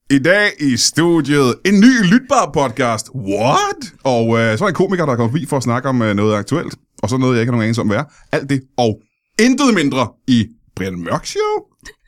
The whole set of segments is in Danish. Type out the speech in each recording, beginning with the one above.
I dag i studiet en ny lytbar podcast. What? Og så er en komiker, der er kommet forbi for at snakke om noget aktuelt. Og så noget, jeg ikke har nogen anelse om, hvad er. Alt det og intet mindre i Brian Mørk Show.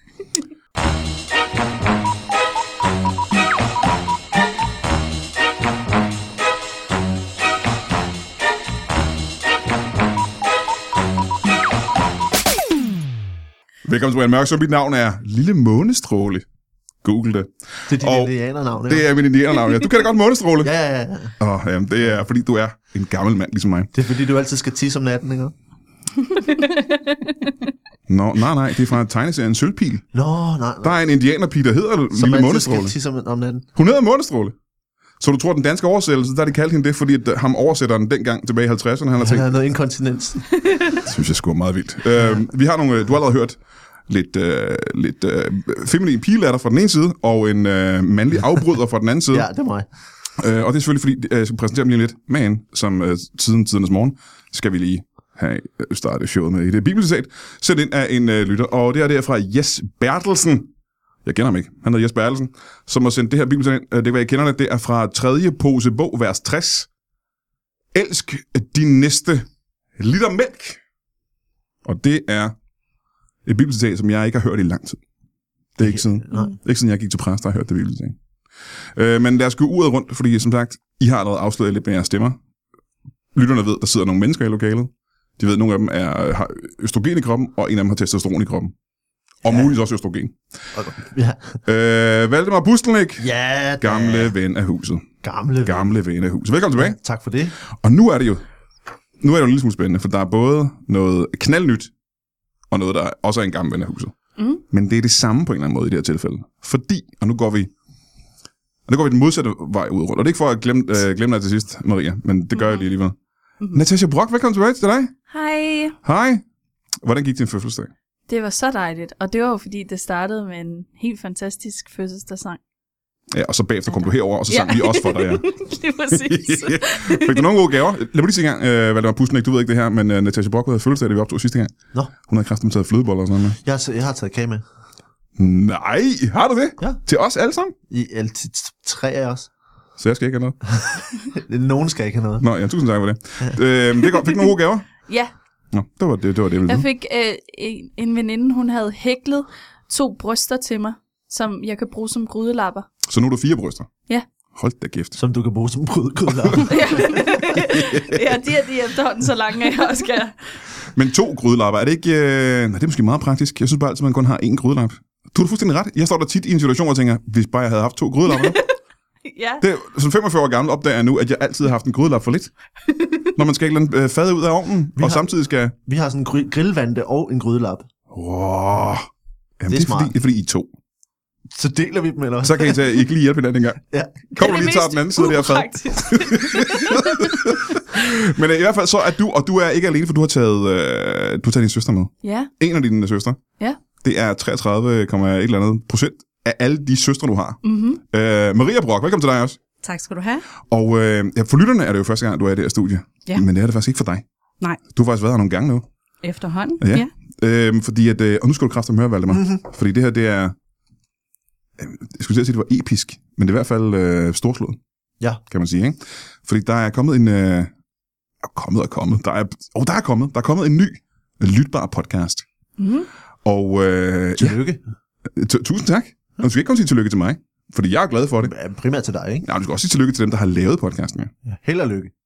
Velkommen til Brian Mørk Show. Mit navn er Lille Månestråle. Google det. Det er dit indianernavn, ja. Det er mit indianernavn, ja. Du kan da godt Månestråle. Ja. Jamen, det er, fordi du er en gammel mand, ligesom mig. Det er, fordi du altid skal tisse om natten, ikke? Nej, det er fra tegneserien Sølvpil. Nej. Der er en indianerpige, der hedder Lille Månestråle. Som altid skal tisse om natten. Hun hedder Månestråle. Så du tror, den danske oversættelse, der de kaldte hende det, fordi at ham oversætteren dengang tilbage i 50'erne, han har tænkt... Han havde noget inkontinens. Det synes jeg sgu er meget vildt. Vi har nogle... Du har allerede hørt lidt feminin pigelatter fra den ene side, og en mandlig afbryder fra den anden side. Ja, det er mig. Og det er selvfølgelig, fordi jeg skal præsentere dem lige lidt. Men som siden tidernes morgen, skal vi lige have startet showet med et bibelcitat. Sendt ind af en lytter, og det er fra Jes Bertelsen. Jeg kender ham ikke. Han hedder Jes Bertelsen, som har sendt det her bibelcitat ind. Det, hvad jeg kender det, det er fra 3. Mosebog, vers 60. Elsk din næste liter mælk. Og det er et bibelcitat, som jeg ikke har hørt i lang tid. Det er ikke siden jeg gik til præst, der har hørt det bibelcitat. Men lad os gå uret rundt, fordi som sagt, I har allerede afsløret lidt med jeres stemmer. Lytterne ved, der sidder nogle mennesker i lokalet. De ved, at nogle af dem har østrogen i kroppen, og en af dem har testosteron i kroppen. Og muligvis også østrogen. Ja. Valdemar Bustelnik. Ja, gamle ven af huset. Gamle ven af huset. Velkommen tilbage. Ja, tak for det. Og nu er det jo en lille smule spændende, for der er både noget knaldnyt, og noget, der også er en gammel ven af huset. Mm. Men det er det samme på en eller anden måde i det her tilfælde. Fordi, og nu går vi den modsatte vej ud rundt. Og det er ikke for at glemme dig til sidst, Maria, men det gør jeg lige alligevel. Mm-hmm. Natasha Brock, velkommen tilbage til dig. Hej. Hej. Hvordan gik din fødselsdag? Det var så dejligt, og det var jo fordi, det startede med en helt fantastisk fødselsdagssang. Ja, og så bagefter kom du herover, og så sang vi også for dig, ja. Lige præcis. Fik du nogle gode gaver? Lad mig lige sige en gang, Valdemar Bustelnik, du ved ikke det her, men Natasha Brock havde fødselsdag, det vi optog sidste gang. Nå. Hun havde kraftigt taget flødeboller og sådan noget med. Jeg har taget kage med. Nej, har du det? Ja. Til os alle sammen? Til 3 af os. Så jeg skal ikke have noget? Nogen skal ikke have noget. Nå, ja, tusind tak for det. Ja. Det er godt. Fik du nogle gode gaver? Ja. Nå, det var det. Jeg fik en veninde, hun havde hæklet 2 bryster til mig, som jeg kan bruge som grydelapper. Så nu er du 4 bryster? Ja. Hold da kæft. Som du kan bruge som grydelapper. Ja, de er efterhånden så lange, at jeg også skal. Men 2 grydelapper, er det ikke... det er måske meget praktisk. Jeg synes bare altid, man kun har 1 grydelap. Du har fuldstændig ret. Jeg står der tit i en situation, hvor jeg tænker, hvis bare jeg havde haft 2 grydelapper. Ja. Det, som 45 år gammel opdager jeg nu, at jeg altid har haft en grydelap for lidt. Når man skal ikke fade ud af ovnen, samtidig skal... Vi har sådan en grillvante og en grydelap. Wow. Jamen, det er smart. Det er fordi, I er 2. Så deler vi dem, eller? Så kan I lige hjælpe hinanden en gang. Ja. Kom du lige tager den anden side der fad. Men i hvert fald så er du er ikke alene, for du har taget din søster med. Ja. En af dine søstre. Ja. Det er 33,1% af alle de søstre, du har. Mm-hmm. Maria Brock, velkommen til dig også. Tak skal du have. Og for lytterne er det jo første gang, du er i det her studie. Ja. Men det er det faktisk ikke for dig. Nej. Du har faktisk været her nogle gange nu. Efterhånden, ja. Fordi at, og nu skal du kraftigt høre, Valdemar. Mm-hmm. Fordi det her, det er... Jeg skulle sige, at det var episk, men det er i hvert fald storslået. Ja. Kan man sige, ikke? Fordi der er kommet en... Der er kommet en ny lytbar podcast. Mm-hmm. Og... Tillykke. Ja, tusind tak. Og du skal ikke kun sige tillykke til mig, fordi jeg er glad for det. Primært til dig, ikke? Nej, du skal også sige tillykke til dem, der har lavet podcasten. Ja, held og lykke.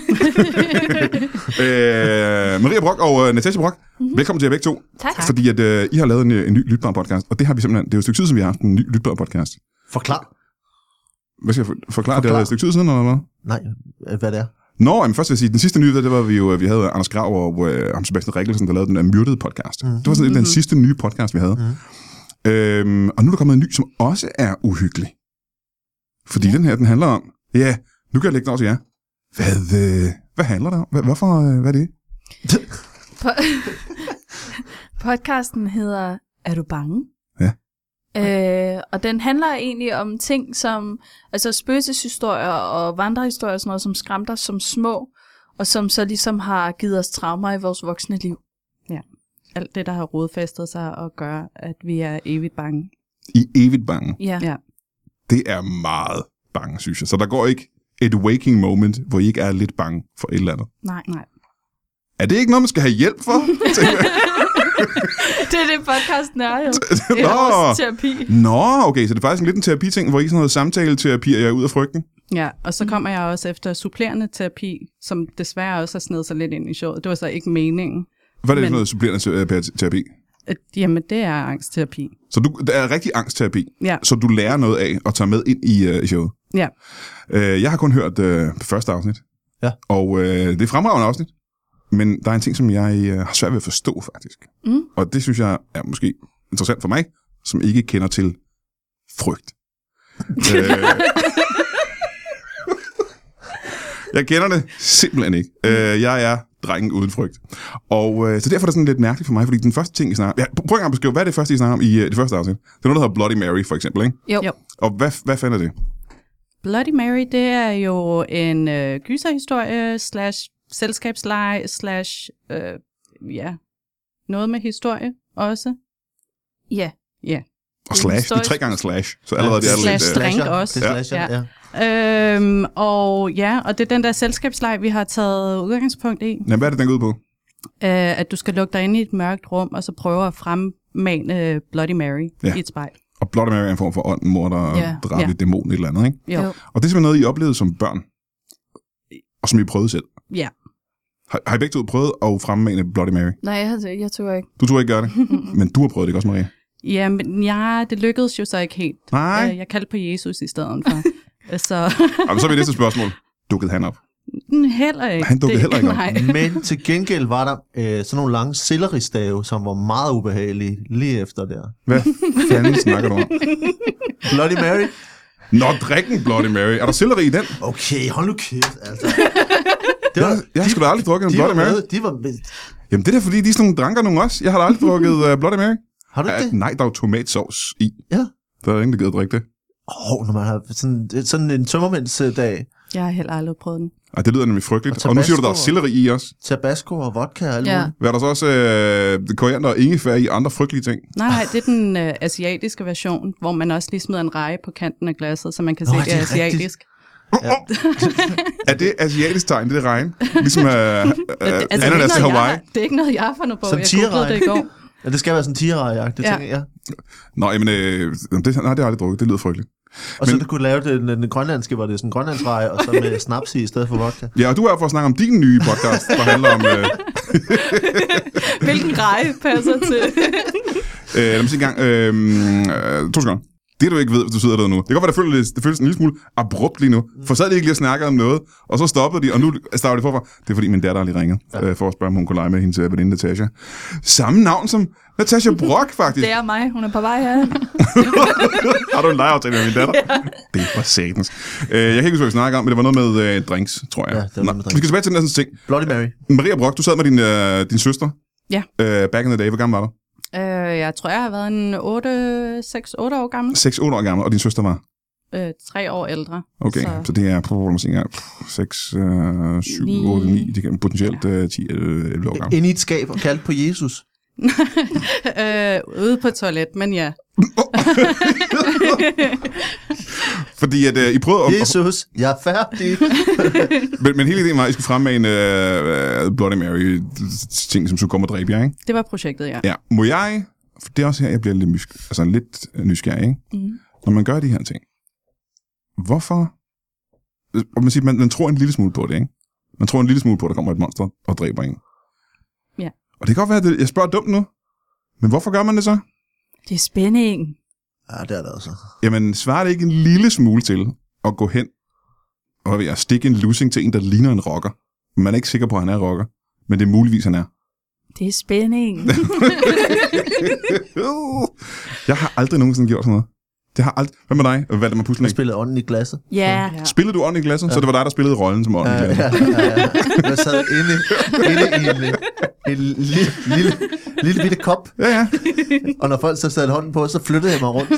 Maria Brock og Natasha Brock, velkommen til jer begge to. Tak. Fordi at I har lavet en ny lytbar podcast, og det har vi simpelthen, det er jo et stykke tid siden, vi har haft en ny lytbar podcast. Forklar. Hvad skal jeg forklare? Det er et stykke tid siden, eller hvad? Nej, hvad det er. Nå, men først vil jeg sige, den sidste nye, det var vi havde Anders Grav og ham Sebastian Rikkelsen, der lavede den myrdede podcast. Det var sådan den sidste nye podcast, vi havde. Og nu er der kommet en ny, som også er uhyggelig. Fordi den her, den handler om, ja, nu kan jeg lægge den også til jer. Hvad handler det om? Hvad er det? Podcasten hedder Er du bange? Ja. Og den handler egentlig om ting som altså spøgelseshistorier og vandrehistorier og sådan noget, som skræmte os som små, og som så ligesom har givet os traumer i vores voksne liv. Ja. Alt det, der har rodfæstet sig og gør, at vi er evigt bange. I evigt bange? Ja. Det er meget bange, synes jeg. Så der går ikke et waking moment, hvor I ikke er lidt bange for et eller andet. Nej. Er det ikke noget, man skal have hjælp for? Det er det podcasten er jo. Det Nå. er vores terapi. Nå, okay, så det er faktisk lidt en terapi-ting, hvor I sådan noget samtale-terapi, og jeg er ud af frygten. Ja, og så kommer jeg også efter supplerende terapi, som desværre også har snedet sig lidt ind i showet. Det var så ikke meningen. Hvad er det for noget supplerende terapi? Jamen, det er angstterapi. Så det er rigtig angstterapi, Ja. så du lærer noget af at tage med ind i showet. Ja. Jeg har kun hørt første afsnit, Ja. og det er fremragende afsnit, men der er en ting, som jeg har svært ved at forstå, faktisk. Mm. Og det synes jeg er måske interessant for mig, som ikke kender til frygt. Jeg kender det simpelthen ikke. Jeg er drengen uden frygt. Og så derfor er det sådan lidt mærkeligt for mig, fordi den første ting, I snakker om... Ja, prøv at beskrive, hvad er det første, I snakker om i det første afsnit? Det er noget, der hedder Bloody Mary, for eksempel, ikke? Jo. Og hvad fanden er det? Bloody Mary, det er jo en gyserhistorie / selskabsleje / noget med historie også. Ja. Ja. Og slash, det er 3 gange slash, så allerede det er lidt... Slash drink også. Det er slasher, ja. Og det er den der selskabsleje, vi har taget udgangspunkt i. Jamen, hvad er det, den går ud på? At du skal lukke dig ind i et mørkt rum, og så prøve at fremmane Bloody Mary i et spejl. Og Bloody Mary er en form for ånd, mor, der dræber et dæmon et eller andet, ikke? Jo. Jo. Og det er simpelthen noget, I oplevede som børn, og som I prøvede selv. Ja. Har I begge to prøvet at fremmane Bloody Mary? Nej, jeg tror ikke. Du tror ikke gøre det, men du har prøvet det ikke også, Maria? Jamen, det lykkedes jo så ikke helt. Nej. Jeg kaldte på Jesus i stedet for. Så Jamen, så er vi næste spørgsmål. Dukkede han op? heller ikke. Han dukkede heller ikke op. Nej. Men til gengæld var der sådan nogle lange selleristave, som var meget ubehagelige lige efter der. Hvad fanden snakker du om? Bloody Mary? Nå, drikken Bloody Mary. Er der selleri i den? Okay, hold nu kæft, altså. Jeg har sgu da aldrig drukket en Bloody Mary. De var med. Jamen, det er da fordi, de er sådan nogle dranker nogle også. Jeg har da aldrig drukket Bloody Mary. Har du ikke det? Nej, der er jo tomatsovs i. Ja. Der er ingen, der gider drikke det. Når man har sådan en tømmermændsdag. Jeg har heller aldrig prøvet den. Ej, det lyder nemlig frygteligt. Og Og nu siger du, der er tabasco. selleri i også. Tabasco og vodka og alt Ja. muligt. Hvad er der så også koriander og ingefær i andre frygtelige ting? Nej, det er den asiatiske version, hvor man også lige smider en reje på kanten af glasset, så man kan se, Nå, det er det er rigtigt. asiatisk. Ja. Er det asiatisk tegn, det er regn? Ligesom Altså, ananas til Hawaii? det er ikke noget, jeg har fundet på. Som Jeg googlede tigerreje. det i går. Ja, det skal være sådan en tigerreje-jagt, det Ja. tænker jeg. Nå, jamen, det har jeg aldrig drukket. Det lyder frygteligt. Og så kunne lave den grønlandske, hvor det er sådan en grønlandsreje, og så med snaps i stedet for vodka. Ja, og du er her for at snakke om din nye podcast, der handler om... Hvilken reje passer til? lad mig se en gang. 2 sekunder. Det du ikke ved, hvis du sidder der nu. Det kan godt være, det føles en lille smule abrupt lige nu. For så havde de ikke lige snakket om noget, og så stoppede de, og nu starter de forfra. Det er fordi min datter har lige ringet, for at spørge, om hun kunne lege med hendes veninde Natasha. Samme navn som Natasha Brock, faktisk. Det er mig. Hun er på vej her. Har du en legeaftale med min datter? Ja. Det var satans. Jeg kan ikke huske, hvad vi snakker om, men det var noget med drinks, tror jeg. Ja, det var noget med drinks. Vi skal tilbage til den næste ting. Bloody Mary. Maria Brock, du sad med din søster. Ja. Back in the day. Hvor gammel var du? Jeg tror, jeg har været en 6-8 år gammel. 6-8 år gammel, og din søster var? 3 år ældre. Okay, så det er 6, 7, 8, 9, det kan potentielt 10, 11 år gammel. Ind i et skab og kaldt på Jesus. Ude på toilet, men ja. Fordi at I prøvede at... Jesus, jeg er færdig. Men hele ideen var, at I skulle fremme med en Bloody Mary ting, som skulle komme og dræbe jer, ikke? Det var projektet, ja. Ja. Må jeg... For det er også her, jeg bliver lidt nysgerrig, ikke? Mm. Når man gør de her ting. Hvorfor... Og man siger, man tror en lille smule på det, ikke? Man tror en lille smule på, at der kommer et monster og dræber en. Ja. Og det kan godt være, at jeg spørger dumt nu. Men hvorfor gør man det så? Det er spænding. Ja, det er det altså. Jamen, svarer det ikke en lille smule til at gå hen og ved at stikke en lussing til en, der ligner en rocker? Man er ikke sikker på, at han er rocker, men det er muligvis, han er. Det er spænding. Jeg har aldrig nogensinde gjort sådan noget. Det har aldrig... Hvad med dig, Valdemar Jeg Puslenik? spillede ånden i glasset. Ja. Spillede du ånd i glasset? Ja. Så det var dig, der spillede rollen som ånd i glasset? Ja. Jeg sad inde i en lille bitte kop, Ja. og når folk så satte hånden på, så flyttede jeg mig rundt.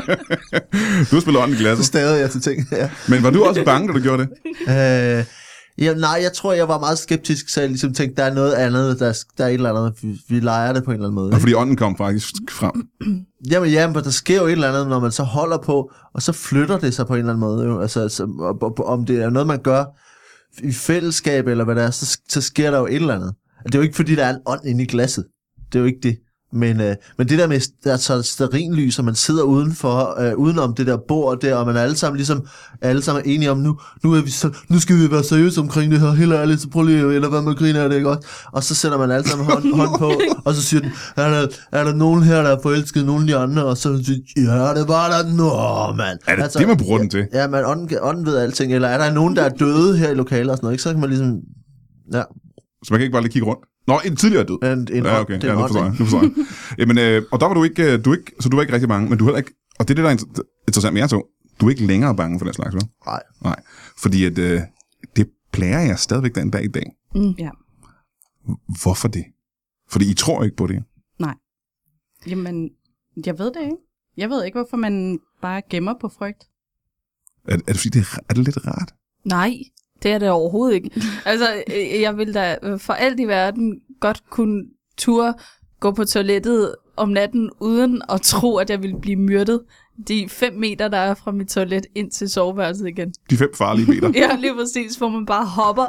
Du har spillet ånd i Så glasset. stavede jeg til ting. Ja. Men var du også bange, da du gjorde det? Nej, jeg tror, jeg var meget skeptisk, så jeg ligesom tænkte, der er noget andet, der er et eller andet, vi leger det på en eller anden måde. Og fordi ånden kom faktisk frem. Jamen, der sker jo et eller andet, når man så holder på, og så flytter det sig på en eller anden måde. Jo. Altså, om det er noget, man gør i fællesskab, eller hvad det er, så sker der jo et eller andet. Det er jo ikke, fordi der er en ånd inde i glasset. Det er jo ikke det. Men det der med, der er så stearinlys, og man sidder udenom det der bord der, og man er alle sammen enige om, nu skal vi være seriøse omkring det her, helt ærligt, så prøv lige, eller hvad man griner af det, ikke også? Og så sætter man alle sammen hånd på, og så siger den, er der nogen her, der er forelsket, nogen af de andre, og så siger ja, det var der, mand. Er det det, man bruger den til? Ja, man ånden ved alting, eller er der nogen, der er døde her i lokalet og sådan noget, ikke? Så kan man ligesom, ja. Så man kan ikke bare lige kigge rundt? Nå, en tidligere død. Ja, okay. Ja, nu forstår jeg. Jamen, og der var du ikke, så du var ikke rigtig bange, men du heller ikke, og det er det, der er interessant med jer to, du er ikke længere bange for den slags, vel? Nej. Fordi at, det plager jeg stadigvæk den dag i dag. Ja. Hvorfor det? Fordi I tror ikke på det? Nej. Jamen, jeg ved det ikke. Jeg ved ikke, hvorfor man bare gemmer på frygt. Er det fordi, er det lidt rart? Nej, det er det overhovedet ikke. Altså, jeg vil da for alt i verden godt kunne gå på toilettet om natten, uden at tro, at jeg ville blive myrdet. De 5 meter, der er fra mit toilet ind til soveværelset igen. De 5 farlige meter. Ja, lige præcis, hvor man bare hopper.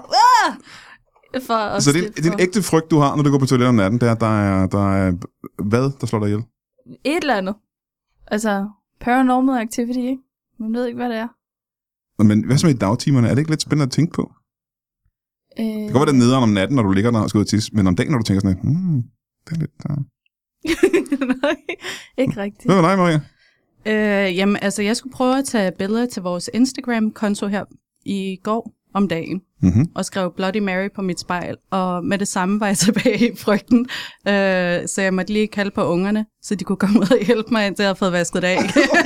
Så det er en ægte frygt, du har, når du går på toilettet om natten, det er, der er hvad, der slår dig ihjel? Et eller andet. Altså, paranormal activity, ikke? Man ved ikke, hvad det er. Men hvad så med i dagtimerne? Er det ikke lidt spændende at tænke på? Det kan godt være, det nederen om natten, når du ligger der og skal ud og tisse, men om dagen, når du tænker sådan, det er lidt... Nej, ikke rigtigt. Hvad med dig, Maria? Jamen, altså, jeg skulle prøve at tage billeder til vores Instagram-konto her i går om dagen, og skrev Bloody Mary på mit spejl, og med det samme var jeg tilbage i frygten, så jeg måtte lige kalde på ungerne, så de kunne komme ud og hjælpe mig, indtil jeg havde fået vasket det af.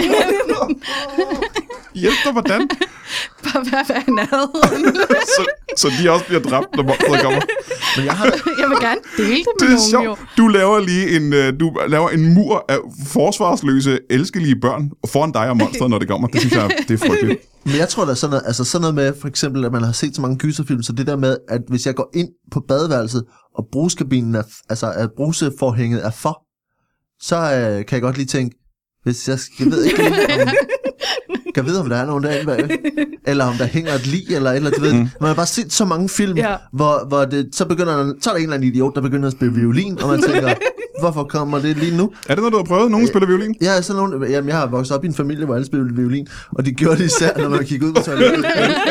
Hjælp dig, hvordan? Bare være i nærheden. så de også bliver dræbt, når monsteret kommer. Men jeg vil gerne dele det med nogen, jo. Du laver lige en mur af forsvarsløse, elskelige børn foran dig og monsteret, når det kommer. Det synes jeg, det er frygteligt. Men jeg tror, der er sådan noget med, for eksempel, at man har set så mange gyserfilm, så det der med, at hvis jeg går ind på badeværelset, og brugskabinen at bruseforhænget er for, så kan jeg godt lige tænke, hvis jeg ved ikke lige, kan vide, om der er nogen derinde bag, eller om der hænger et lig, eller et eller andet, du ved. Man har bare set så mange film, hvor det, så er der en eller anden idiot, der begynder at spille violin, og man tænker, hvorfor kommer det lige nu? Er det noget, du har prøvet? Nogen spiller violin? Ja, sådan nogen. Jamen, jeg har vokset op i en familie, hvor alle spillede violin, og de gjorde det især, når man kiggede ud på toilettet.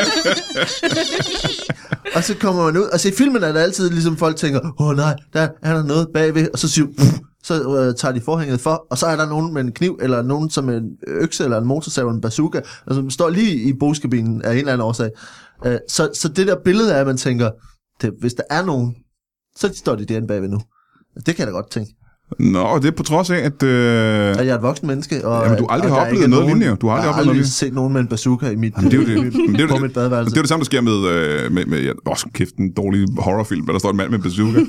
Og så kommer man ud, og så i filmen er der altid ligesom folk tænker, nej, der er der noget bagved, og så siger så tager de forhænget for, og så er der nogen med en kniv, eller nogen som en økse, eller en motorsav, en bazooka, som står lige i brugskabinen af en eller anden årsag. Så det der billede er, at man tænker, hvis der er nogen, så står de derinde bagved nu. Det kan jeg da godt tænke. Nå, det er på trods af, at... jeg er et voksen menneske, og... Jamen, du aldrig har oplevet noget lignende. Du har aldrig set nogen med en bazooka i mit badeværelse. Det er det samme, der sker med kæft, en dårlig horrorfilm, hvor der står en mand med en bazooka.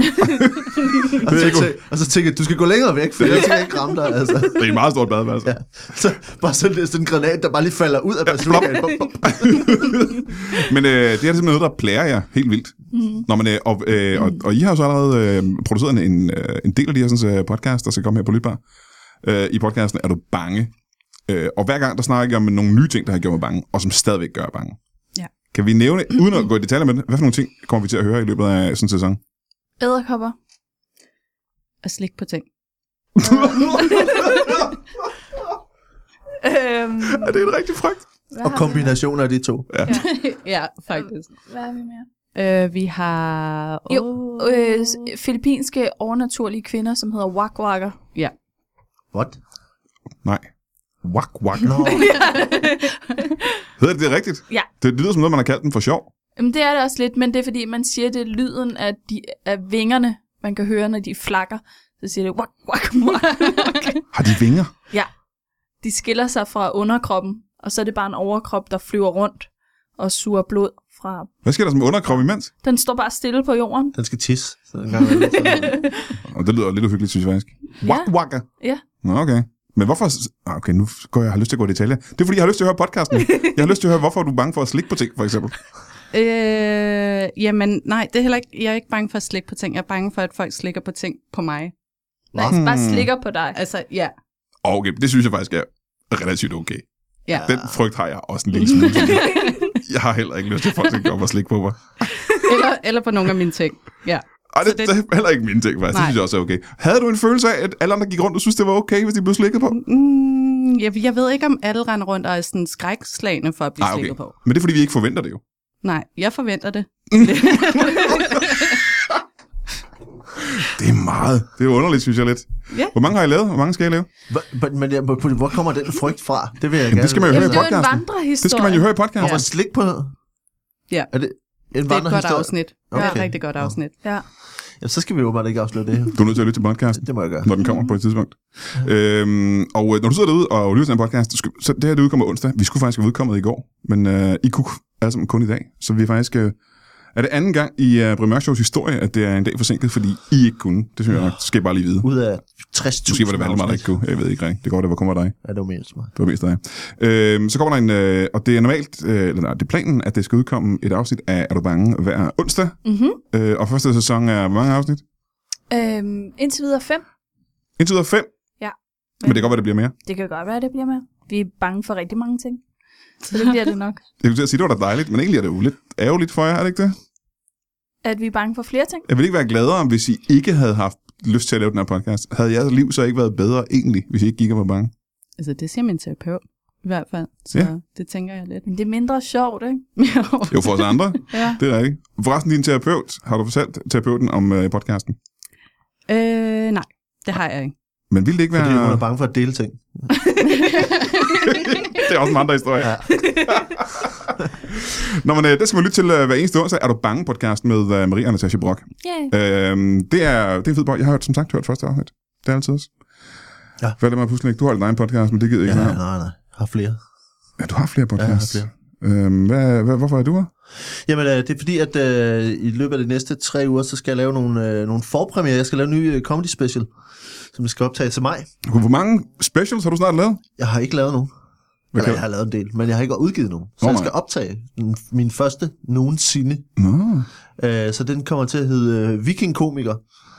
og så tænker jeg, du skal gå længere væk, for jeg skal ikke ramme dig. Altså. Det er et meget stort badeværelse. Ja. Så bare sådan en granat, der bare lige falder ud af bazookaen. Men det er simpelthen noget, der plager jer helt vildt. Når man, og I har jo så allerede produceret en del af de her podcast, der skal komme her på Lytbar. I podcasten Er du bange? Og hver gang, der snakker jeg om nogle nye ting, der har gjort mig bange, og som stadigvæk gør bange. Ja. Kan vi nævne, uden at gå i detaljer med det, hvad for nogle ting kommer vi til at høre i løbet af sådan en sæson? Edderkopper. Og slik på ting. Er det en rigtig frygt? Og kombinationer af de to. Ja, ja faktisk. Hvad er vi mere? Vi har... Filippinske overnaturlige kvinder, som hedder wakwaker. Ja. What? Nej. Wak. No. Hedder det rigtigt? Ja. Det lyder som noget, man har kaldt den for sjov. Jamen, det er det også lidt, men det er fordi, man siger, det er lyden af vingerne, man kan høre, når de flakker. Så siger det wak. Har de vinger? Ja. De skiller sig fra underkroppen, og så er det bare en overkrop, der flyver rundt og suger blod fra... Hvad sker der som underkrop imens? Den står bare stille på jorden. Den skal tisse. Og det lyder lidt uhyggeligt, synes jeg faktisk. Wak. Ja. Nå, okay. Men hvorfor... Okay, nu går jeg har lyst til at gå i detaljer. Det er fordi, jeg har lyst til at høre podcasten. Jeg har lyst til at høre, hvorfor er du bange for at slikke på ting, for eksempel. Jamen, nej, det er heller ikke, jeg er ikke bange for at slikke på ting. Jeg er bange for, at folk slikker på ting på mig. Nej, bare slikker på dig. Altså, ja. Okay, det synes jeg faktisk er relativt okay. Ja. Den frygt har jeg også en lille smule. Jeg har heller ikke lyst til, at folk skal komme og slikke på mig. Eller på nogle af mine ting, ja. Ej, det er heller ikke mine ting, faktisk. Det synes jeg også er okay. Havde du en følelse af, at alle andre gik rundt og synes, det var okay, hvis de blev slikket på? Jeg ved ikke, om alle render rundt og er sådan skrækslagne for at blive slikket på. Men det er, fordi vi ikke forventer det jo. Nej, jeg forventer det. Det er meget. Det er underligt, synes jeg lidt. Ja. Hvor mange har I lavet? Hvor mange skal I lave? Men hvor kommer den frygt fra? Det vil jeg gerne. Det skal man jo høre i Det er jo en podcasten. vandrehistorie. Det skal man jo høre i podcasten. Hvorfor slik på noget? Ja. Er det en Det er et godt vandrehistorie? afsnit. Okay. Det er et rigtig godt afsnit. Ja. Ja, så skal vi jo bare ikke afsløre det. Du er nødt til at lytte til podcasten. Det må jeg gøre. Når den kommer på et tidspunkt. Og når du sidder derude og lytter til en podcast, så det her det udkommer onsdag. Vi skulle faktisk have udkommet i går, men I kunne alle sammen kun i dag. Så vi faktisk... Er det anden gang i Brian Mørk Shows historie, at det er en dag forsinket, fordi I ikke kunne? Det synes jeg nok. Så skal I bare lige vide. Ud af 60.000. Måske var det Valdemar, der ikke kunne. Jeg ved ikke rigtigt. Det går, det var kun dig. Ja, det var mest mig. Det var mest dig. Så kommer der en... og det er normalt... det er planen, at det skal udkomme et afsnit af Er du bange hver onsdag. Mm-hmm. Og første sæson er hvor mange afsnit? Indtil videre 5. Indtil videre 5? Ja. Men det kan godt være, det bliver mere. Det kan godt være, det bliver mere. Vi er bange for rigtig mange ting. Så det bliver det nok. Jeg vil sige, det var da dejligt, men egentlig er det jo lidt ærgerligt for jer, er det ikke det? At vi er bange for flere ting. Jeg ville ikke være gladere, hvis I ikke havde haft lyst til at lave den her podcast. Havde jeres liv så ikke været bedre egentlig, hvis I ikke gik og var bange? Altså, det siger min terapeut i hvert fald. Så det tænker jeg lidt. Men det er mindre sjovt, ikke? Jo, for os andre. Ja. Det er rigtigt. Forresten, din terapeut, har du fortalt terapeuten om podcasten? Nej, det har jeg ikke. Men ville det ikke være... Fordi hun er bange for at dele ting. Det er også en andre historie. Ja. Nå, men det skal man lytte til hver eneste onsdag. Er du bange podcast med Marie og Natasha Brock? Yeah. Det er en fed bog. Jeg har som sagt hørt første afsnit. Det er altid også. Ja. Hvad er det med pludselig ikke? Du har din egen podcast, men det gider ikke. Nej. Jeg har flere. Ja, du har flere podcasts. Ja, jeg har flere. Hvorfor er du her? Jamen, det er fordi, at i løbet af de næste 3 uger, så skal jeg lave nogle forpremiere. Jeg skal lave en ny comedy special, som jeg skal optage til maj. Hvor mange specials har du snart lavet? Jeg har ikke lavet nogen. Eller, jeg har lavet en del, men jeg har ikke udgivet nogen. Så jeg skal optage min første nogensinde. Så den kommer til at hedde Vikingkomiker.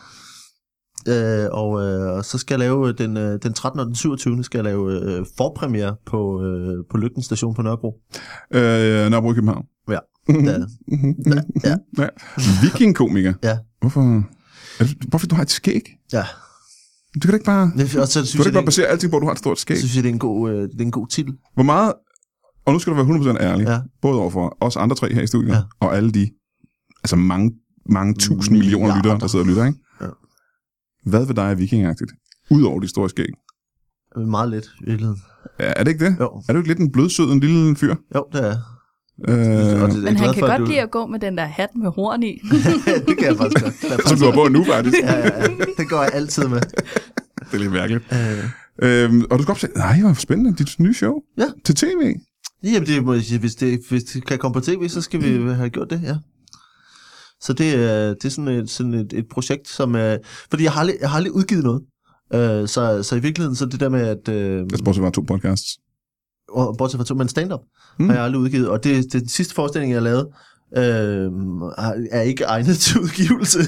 Og så skal jeg lave den 13. og den 27. skal jeg lave forpremiere på Lygten Station på Nørrebro. Nørrebro i København. Ja, det er det. Ja. Vikingkomiker? Ja. Hvorfor du har et skæg? Ja. Du kan da ikke bare... Du kan ikke bare basere alting på, at du har et stort skæg. Jeg synes, det er en god titel. Hvor meget... Og nu skal du være 100% ærlig. Ja. Både overfor os andre 3 her i studiet, og alle de... Altså mange tusind millioner lyttere, der sidder og lytter, ikke? Ja. Hvad ved dig er vikingagtigt? Udover de store skæg. Meget let, i virkeligheden. Ja, er det ikke det? Jo. Er du ikke lidt en blødsød, en lille fyr? Jo, det er. Men han kan godt lide at gå med den der hat med horn i. Det kan jeg faktisk godt. Som du har på nu, faktisk. Ja. Det går jeg altid med. Det er lidt mærkeligt. Og du skal opsætte... Nej, hvor spændende. Dit nye show. Ja. Til tv. Jamen, hvis det kan komme på tv, så skal vi have gjort det, ja. Så det er sådan et projekt, som... fordi jeg har aldrig udgivet noget. Så i virkeligheden, så det der med, at... Jeg tror, det var 2 podcasts. Bortset fra 2, men stand-up har jeg aldrig udgivet. Og det den sidste forestilling, jeg lavede, er ikke egnet til udgivelse.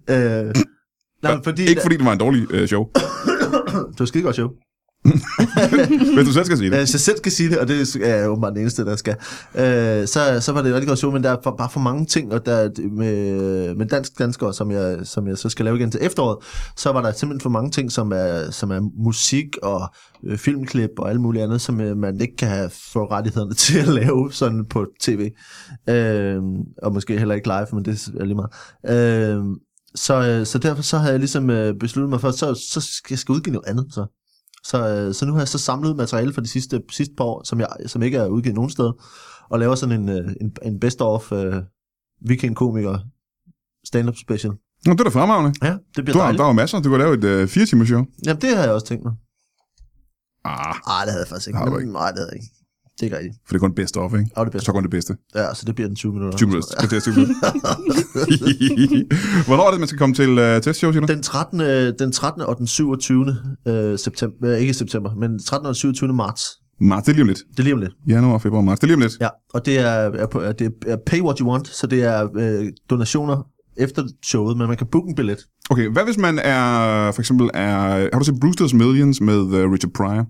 Fordi det var en dårlig show. Det var skide godt show. Hvis du selv skal sige det. Hvis jeg selv skal sige det, og det er jo bare den eneste, der skal, så var det et rigtig godt show, men der er bare for mange ting, og der med danskere, som jeg så skal lave igen til efteråret, så var der simpelthen for mange ting, som er musik og filmklip og alt muligt andet, som man ikke kan få rettighederne til at lave sådan på tv. Og måske heller ikke live, men det er lige meget. Så derfor så havde jeg ligesom besluttet mig for, så skal jeg udgive noget andet, så nu har jeg så samlet materiale for de sidste par år, som ikke er udgivet nogen steder, og laver sådan en best-of Vikingkomiker stand-up special. Nå, det er da fremragende. Ja, det bliver dejligt. Der var masser. Du kan lave et 4-timers show. Jamen, det har jeg også tænkt mig. Nej, det havde jeg faktisk ikke. Nej, det havde jeg ikke. Det er ikke rigtigt. For det er kun best of, ikke? Og det bedste. Så kun det bedste. Ja, så det bliver den 20 minutter. 20 minutter. Ja. 20 minutter. Hvornår er det, man skal komme til testshow, siger du? Den 13. og den 27. September. Ikke september, men 13. og 27. marts Marts, det er lige om lidt. Det er lige om lidt. Januar, februar, marts, det er lige om lidt. Ja, og det er pay what you want, så det er donationer efter showet, men man kan booke en billet. Okay, hvad hvis man er, for eksempel har du set Brewster's Millions med Richard Pryor?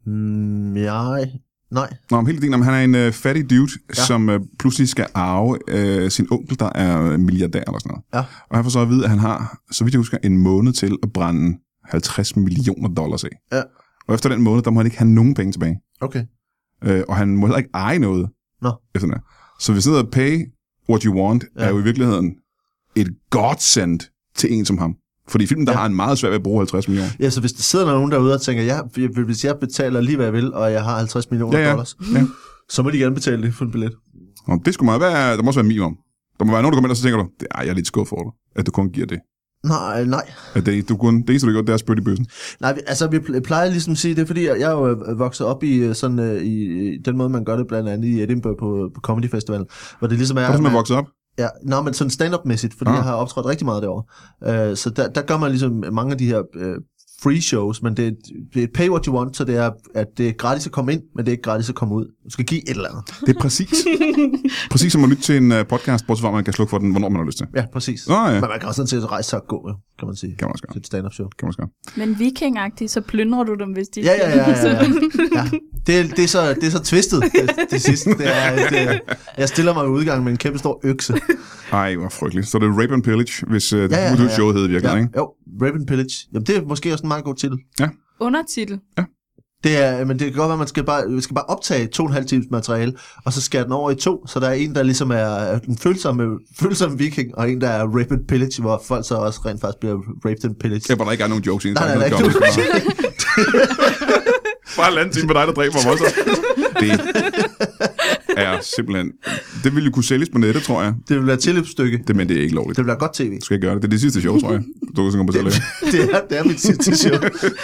Nej. Nå, om hele tiden, han er en fattig dude, som pludselig skal arve sin onkel, der er milliardær eller sådan noget. Ja. Og han får så at vide, at han har, så vidt jeg husker, en måned til at brænde $50 million af. Ja. Og efter den måned, der må han ikke have nogen penge tilbage. Okay. Og han må heller ikke eje noget efter den. Så hvis det hedder pay what you want, er jo i virkeligheden et godsend til en som ham. Fordi filmen, der har en meget svært ved at bruge 50 millioner. Ja, så hvis der sidder nogen derude og tænker, hvis jeg betaler lige hvad jeg vil, og jeg har $50 million, så må de gerne betale det for en billet. Og det skulle meget være, der må også være minimum. Der må være nogen, der kommer ind, og så tænker du, jeg er lidt skuffet for dig, at du kun giver det. Nej. At det eneste, du gør, det er at spytte i bøssen. Nej, altså vi plejer ligesom at sige det, fordi jeg er jo vokset op i sådan i den måde, man gør det blandt andet i Edinburgh på Comedy Festival, hvor det ligesom er... Hvor er du vokset op? Ja, men sådan stand-up-mæssigt, fordi jeg har optrådt rigtig meget derovre. Så der gør man ligesom mange af de her free shows, men det er pay what you want, så det er, at det er gratis at komme ind, men det er ikke gratis at komme ud. Du skal give et eller andet. Det er præcis som at lytte til en podcast, bortset fra, man kan slukke for den, hvornår man har lyst til. Ja, præcis. Ja. Men man kan også sådan set rejse sig og gå, kan man sige. Kan man også gøre. Til et stand-up show. Kan man også gøre. Men vikingagtigt, så plyndrer du dem, hvis de... Ja. Det er så twistet, det sidste. Jeg stiller mig i udgangen med en kæmpe stor økse. Ej, hvor frygteligt. Så det er Rape and Pillage, hvis det showet hedder virkelig, ikke? Jo, Rape and Pillage. Jamen, det er måske også en meget god titel. Ja. Undertitel. Ja. Men det kan godt være, at man skal bare optage 2,5 times materiale, og så skære den over i 2, så der er en, der ligesom er en følsom viking, og en, der er Rape and Pillage, hvor folk så også rent faktisk bliver raped and pillaged. Ja, hvor der ikke er nogen jokes i. Nej, ikke nogen bare en anden time med dig, der dræber mig også. Det er simpelthen... Det ville jo kunne sælges på nettet, tror jeg. Det vil være et tilløbsstykke. Men det er ikke lovligt. Det vil være godt tv. Du skal ikke gøre det. Det er det sidste show, tror jeg. Du kan sådan komme det er mit sidste show.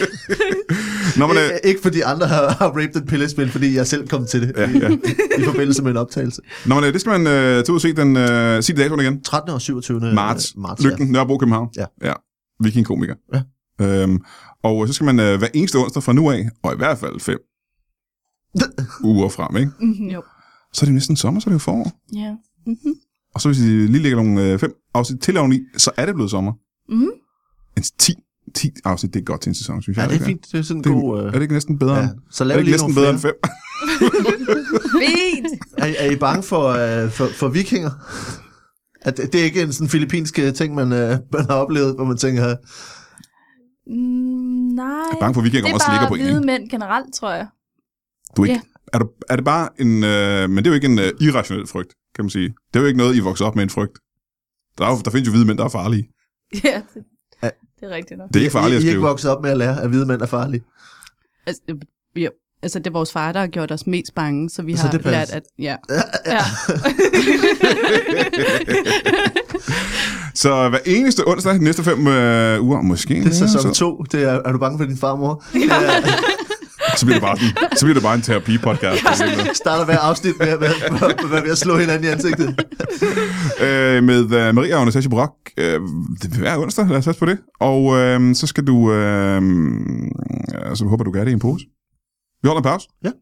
Ikke fordi andre har raped and pillaged, men fordi jeg selv kom til det i forbindelse med en optagelse. Nå, men det skal man tage ud og se sig datoen igen. 13. og 27. marts. Lygten, Nørrebro, København. Ja. Vikingkomiker. Ja. Og så skal man hver eneste onsdag fra nu af, og i hvert fald 5 uger frem, ikke? Mm-hmm. Jo. Så er det jo næsten sommer, så er det jo forår. Ja. Mm-hmm. Og så hvis I lige lægger nogle 5 afsnit til oveni, så er det blevet sommer. Mm-hmm. En 10 afsnit, det er godt til en sæson, synes jeg. Ja, det er fint. Det er sådan en god... Er det ikke næsten bedre? Ja. Så lav er det ikke næsten bedre end 5? Fint! Er I bange for vikinger? At det er ikke en sådan filippinsk ting, man har oplevet, hvor man tænker... Nej, er bange for vikinger, det er bare hvide mænd generelt, tror jeg. Du ikke? Yeah. Er det bare en... men det er jo ikke en irrationel frygt, kan man sige. Det er jo ikke noget, I vokser op med en frygt. Der findes jo hvide mænd, der er farlige. Ja, det er rigtigt nok. Det er ikke farligt at skrive. I er ikke vokset op med at lære, at hvide mænd er farlige. Altså, det er vores far, der har gjort os mest bange, så vi har lært, at... Ja. Så hver eneste onsdag, de næste 5 uger, måske... Det er sæson 2. Det er du bange for din farmor? Så bliver det bare en terapi-podcast. Starter hver afsnit med at slå hinanden i ansigtet. Med Maria og Natasha Brock. Hver onsdag, lad os sætte på det. Og så skal du... så håber du gør det i en pose. Vi holder en pause. Ja.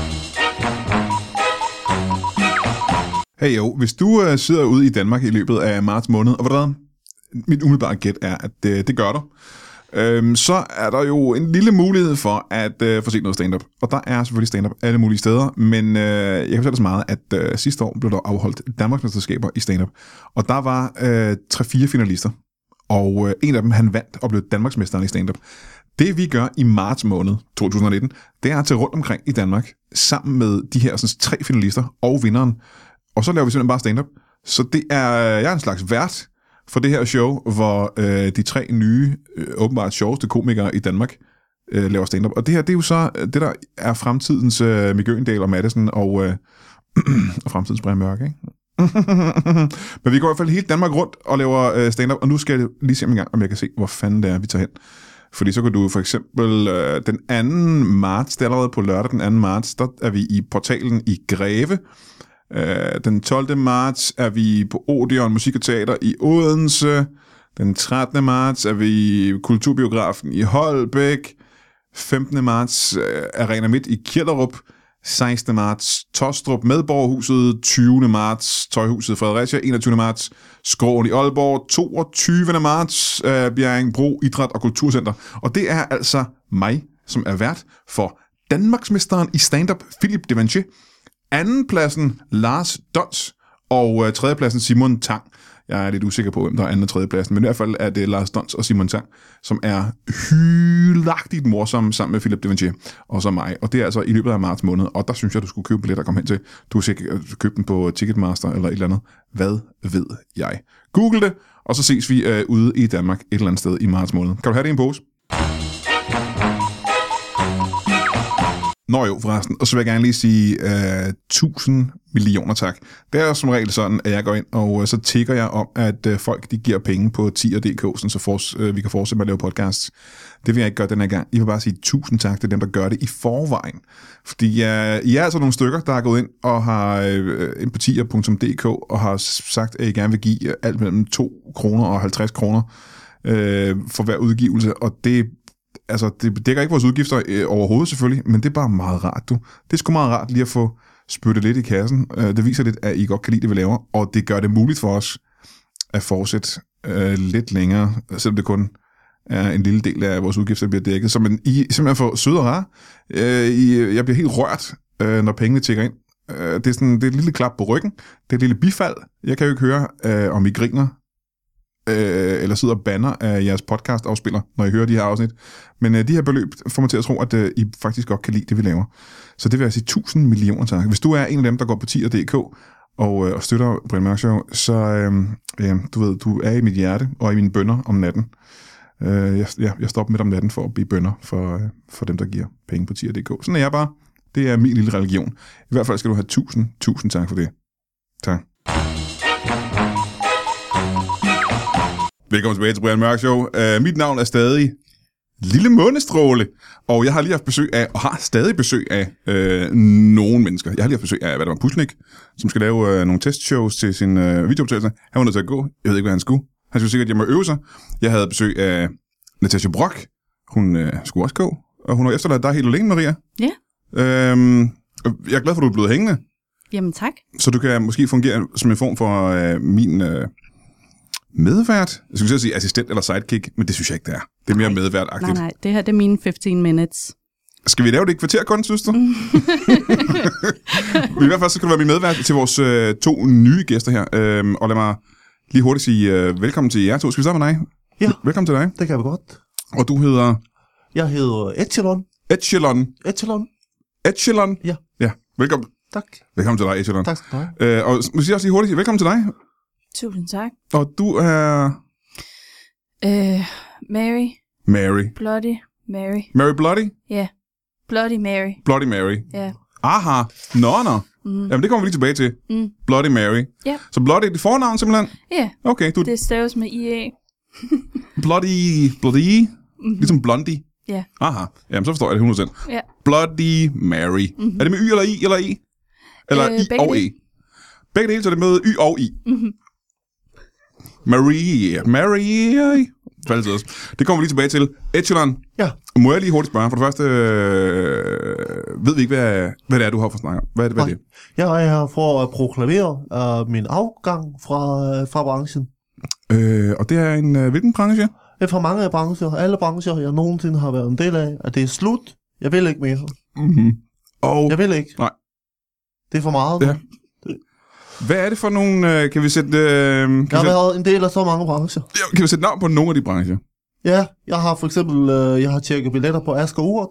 Hey jo, hvis du sidder ude i Danmark i løbet af marts måned, og hvad mit umiddelbare gæt er, at det gør du, så er der jo en lille mulighed for at få set noget stand-up. Og der er selvfølgelig stand-up alle mulige steder, men jeg kan fortælle så meget, at sidste år blev der afholdt Danmarksmesterskaber i stand-up. Og der var 3-4 finalister, og en af dem han vandt og blev Danmarksmesteren i stand-up. Det vi gør i marts måned 2019, det er at tage rundt omkring i Danmark sammen med de her sådan, 3 finalister og vinderen. Og så laver vi simpelthen bare stand-up. Så jeg er en slags vært for det her show, hvor de 3 nye, åbenbart sjoveste komikere i Danmark laver stand-up. Og det her, det er jo så det, der er fremtidens Mikke Øgendahl og Madison og fremtidens Brian Mørk, ikke? Men vi går i hvert fald hele Danmark rundt og laver stand-up, og nu skal jeg lige se en gang, om jeg kan se, hvor fanden det er, vi tager hen. Fordi så kan du for eksempel den 2. marts, det er allerede på lørdag den 2. marts, der er vi i Portalen i Greve. Den 12. marts er vi på Odeon Musik og Teater i Odense. Den 13. marts er vi i Kulturbiografen i Holbæk. 15. marts Arena Midt i Kjellerup. 16. marts Tostrup Medborgerhuset, 20. marts Tøjhuset Fredericia, 21. marts Skråen i Aalborg, 22. marts Bjerringbro Idræt- og Kulturcenter. Og det er altså mig, som er vært for Danmarksmesteren i stand-up Philip Devanché, andenpladsen Lars Dons og tredjepladsen Simon Tang. Jeg er lidt usikker på, hvem der er anden og tredjepladsen, men i hvert fald er det Lars Dons og Simon Tang, som er hylagtigt morsomme sammen med Philip Devanché og så mig. Og det er altså i løbet af marts måned, og der synes jeg, du skulle købe billetter og komme hen til. Du skal købe den på Ticketmaster eller et eller andet. Hvad ved jeg? Google det, og så ses vi ude i Danmark et eller andet sted i marts måned. Kan du have det i en pose? Nå jo, forresten. Og så vil jeg gerne lige sige 1000 millioner tak. Det er som regel sådan, at jeg går ind, og så tigger jeg om, at folk de giver penge på tier.dk, så vi kan fortsætte med at lave podcasts. Det vil jeg ikke gøre den her gang. Jeg vil bare sige 1000 tak til dem, der gør det i forvejen. Fordi I er altså nogle stykker, der er gået ind og har ind på tier.dk og har sagt, at I gerne vil give alt mellem 2 kroner og 50 kroner for hver udgivelse, og det dækker ikke vores udgifter overhovedet selvfølgelig, men det er bare meget rart, du. Det er sgu meget rart lige at få spyttet lidt i kassen. Det viser lidt, at I godt kan lide det, vi laver, og det gør det muligt for os at fortsætte lidt længere, selvom det kun er en lille del af vores udgifter, der bliver dækket. Så men I er simpelthen for søde og rare. Jeg bliver helt rørt, når pengene tækker ind. Det er et lille klap på ryggen. Det er et lille bifald. Jeg kan jo ikke høre, om I griner, eller sidder og banner af jeres podcast-afspiller, når I hører de her afsnit. Men de her beløb får mig til at tro, at I faktisk godt kan lide det, vi laver. Så det vil jeg sige 1000 millioner tak. Hvis du er en af dem, der går på tier.dk og støtter Brian Mørk Show, så du ved, du er i mit hjerte og i mine bønner om natten. Jeg stopper midt om natten for at blive bønner for dem, der giver penge på tier.dk. Sådan er jeg bare. Det er min lille religion. I hvert fald skal du have 1000 tak for det. Tak. Velkommen tilbage til Brian Mørk Show. Mit navn er stadig Lille Månestråle, og jeg har lige haft besøg af, og har stadig besøg af, nogle mennesker. Jeg har lige haft besøg af, Pusnik, som skal lave nogle testshows til sin videooptagelse. Han var nødt til at gå. Jeg ved ikke, hvad han skulle. Han skulle sikkert hjem og øve sig. Jeg havde besøg af Natasha Brock. Hun skulle også gå, og hun har efterladt dig helt alene, Maria. Ja. Jeg er glad for, at du er blevet hængende. Jamen tak. Så du kan måske fungere som en form for min medvært. Jeg skulle sige assistent eller sidekick, men det synes jeg ikke, det er. Det er mere medvært-agtigt. Nej, det her det er mine 15 minutes. Skal vi lave det i kvarter kun, synes du? I hvert fald så skal du være min medvært til vores 2 nye gæster her. Og lad mig lige hurtigt sige velkommen til jer to. Skal vi starte med dig? Ja. Velkommen til dig. Det kan vi godt. Og du hedder? Jeg hedder Echelon. Echelon? Ja. Ja, velkommen. Tak. Velkommen til dig, Echelon. Tak skal du have. Og måske også lige hurtigt, velkommen til dig. Tusind tak. Og du er? Mary. Bloody Mary. Mary Bloody? Ja. Bloody Mary. Bloody Mary. Ja. Aha. Nå. Jamen, det kommer vi lige tilbage til. Bloody Mary. Ja. Så Bloody er dit fornavn simpelthen? Ja. Okay, du... Det staves med IE. Bloody. Ligesom Blondie. Ja. Aha. Jamen, så forstår jeg det 100%. Ja. Bloody Mary. Er det med Y eller I eller I? Eller I og E? Begge dele, så er det med Y og I. Mary. Det kommer vi lige tilbage til. Echelon. Ja. Må jeg lige hurtigt spørge? For det første, ved vi ikke, hvad det er, du har for at snakke om? Hvad er det? Jeg er her for at proklamere min afgang fra branchen. Og det er en hvilken branche? Det er fra mange brancher. Alle brancher, jeg nogensinde har været en del af. At det er slut. Jeg vil ikke mere. Og... Jeg vil ikke. Nej. Det er for meget. Ja. Hvad er det for nogle... Kan vi sætte... Jeg har været en del af så mange brancher. Kan vi sætte navn på nogle af de brancher? Ja, jeg har for eksempel... jeg har tjekket billetter på Asger Urt.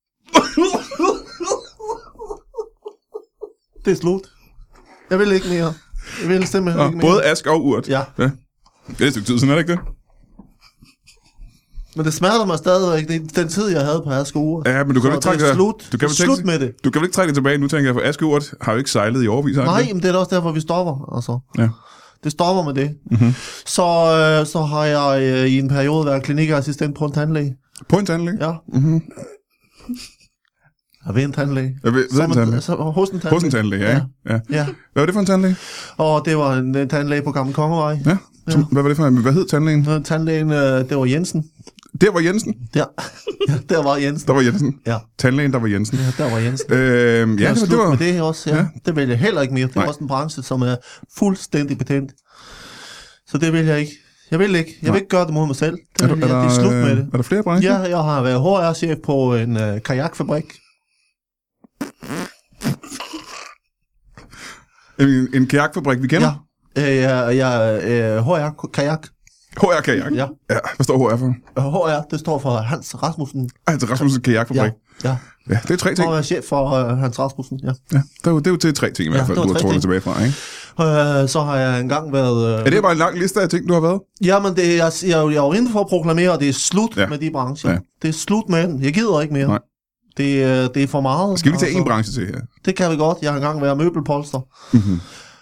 Det er slut. Jeg vil ikke mere. Jeg vil simpelthen ikke mere. Både Asger og Urt? Ja. Det er et stykke tid siden, er det ikke det? Men det smerter mig stadigvæk. Det er den tid, jeg havde på Asger Urt. Ja, men du kan ikke trække det. Slut med det. Du kan vel ikke trække det tilbage nu, tænker jeg, for Asger Urt har jo ikke sejlet i overvis. Nej, men det er også derfor, vi stopper. Altså. Ja. Det stopper med det. Så har jeg i en periode været klinikassistent på en tandlæge. På en tandlæge? Ja. Jeg ved en tandlæge. Hos en tandlæge. Hos en tandlæge, ja. Hvad var det for en tandlæge? Og det var en tandlæge på Gamle Kongevej. Ja. Hvad var det for en? Hvad hed tandlægen? Tandlægen, det var Jensen. Der var Jensen. Der var Jensen. Der var Jensen. Ja. Tandlægen, der var Jensen. Ja, der var Jensen. Ja, det var med det også. Ja. Ja. Det vil jeg heller ikke mere. Det er også en branche, som er fuldstændig betændt. Så det vil jeg ikke. Jeg vil ikke. Jeg vil ikke gøre det mod mig selv. Det er slut med det. Er der flere brancher? Ja, jeg har været HR-chef på en kajakfabrik. En kajakfabrik, vi kender? Ja. HR-kajak. HR-kajak? Ja. Ja. Hvad står HR for? HR, det står for Hans Rasmussen. Altså Rasmussen kajakfabrik. Ja. Ja, det er 3 ting. Jeg er chef for Hans Rasmussen, ja. Ja, det er jo til 3 ting i hvert fald, du har trukket tilbage fra, ikke? Så har jeg engang været... Er det bare en lang liste af ting, du har været? Jamen, jeg er jo inde for at proklamere, at det er slut med de brancher. Ja. Det er slut med den. Jeg gider ikke mere. Nej. Det er for meget. Skal vi tage en branche til her? Det kan vi godt. Jeg har engang været møbelpolster. Mm-hmm.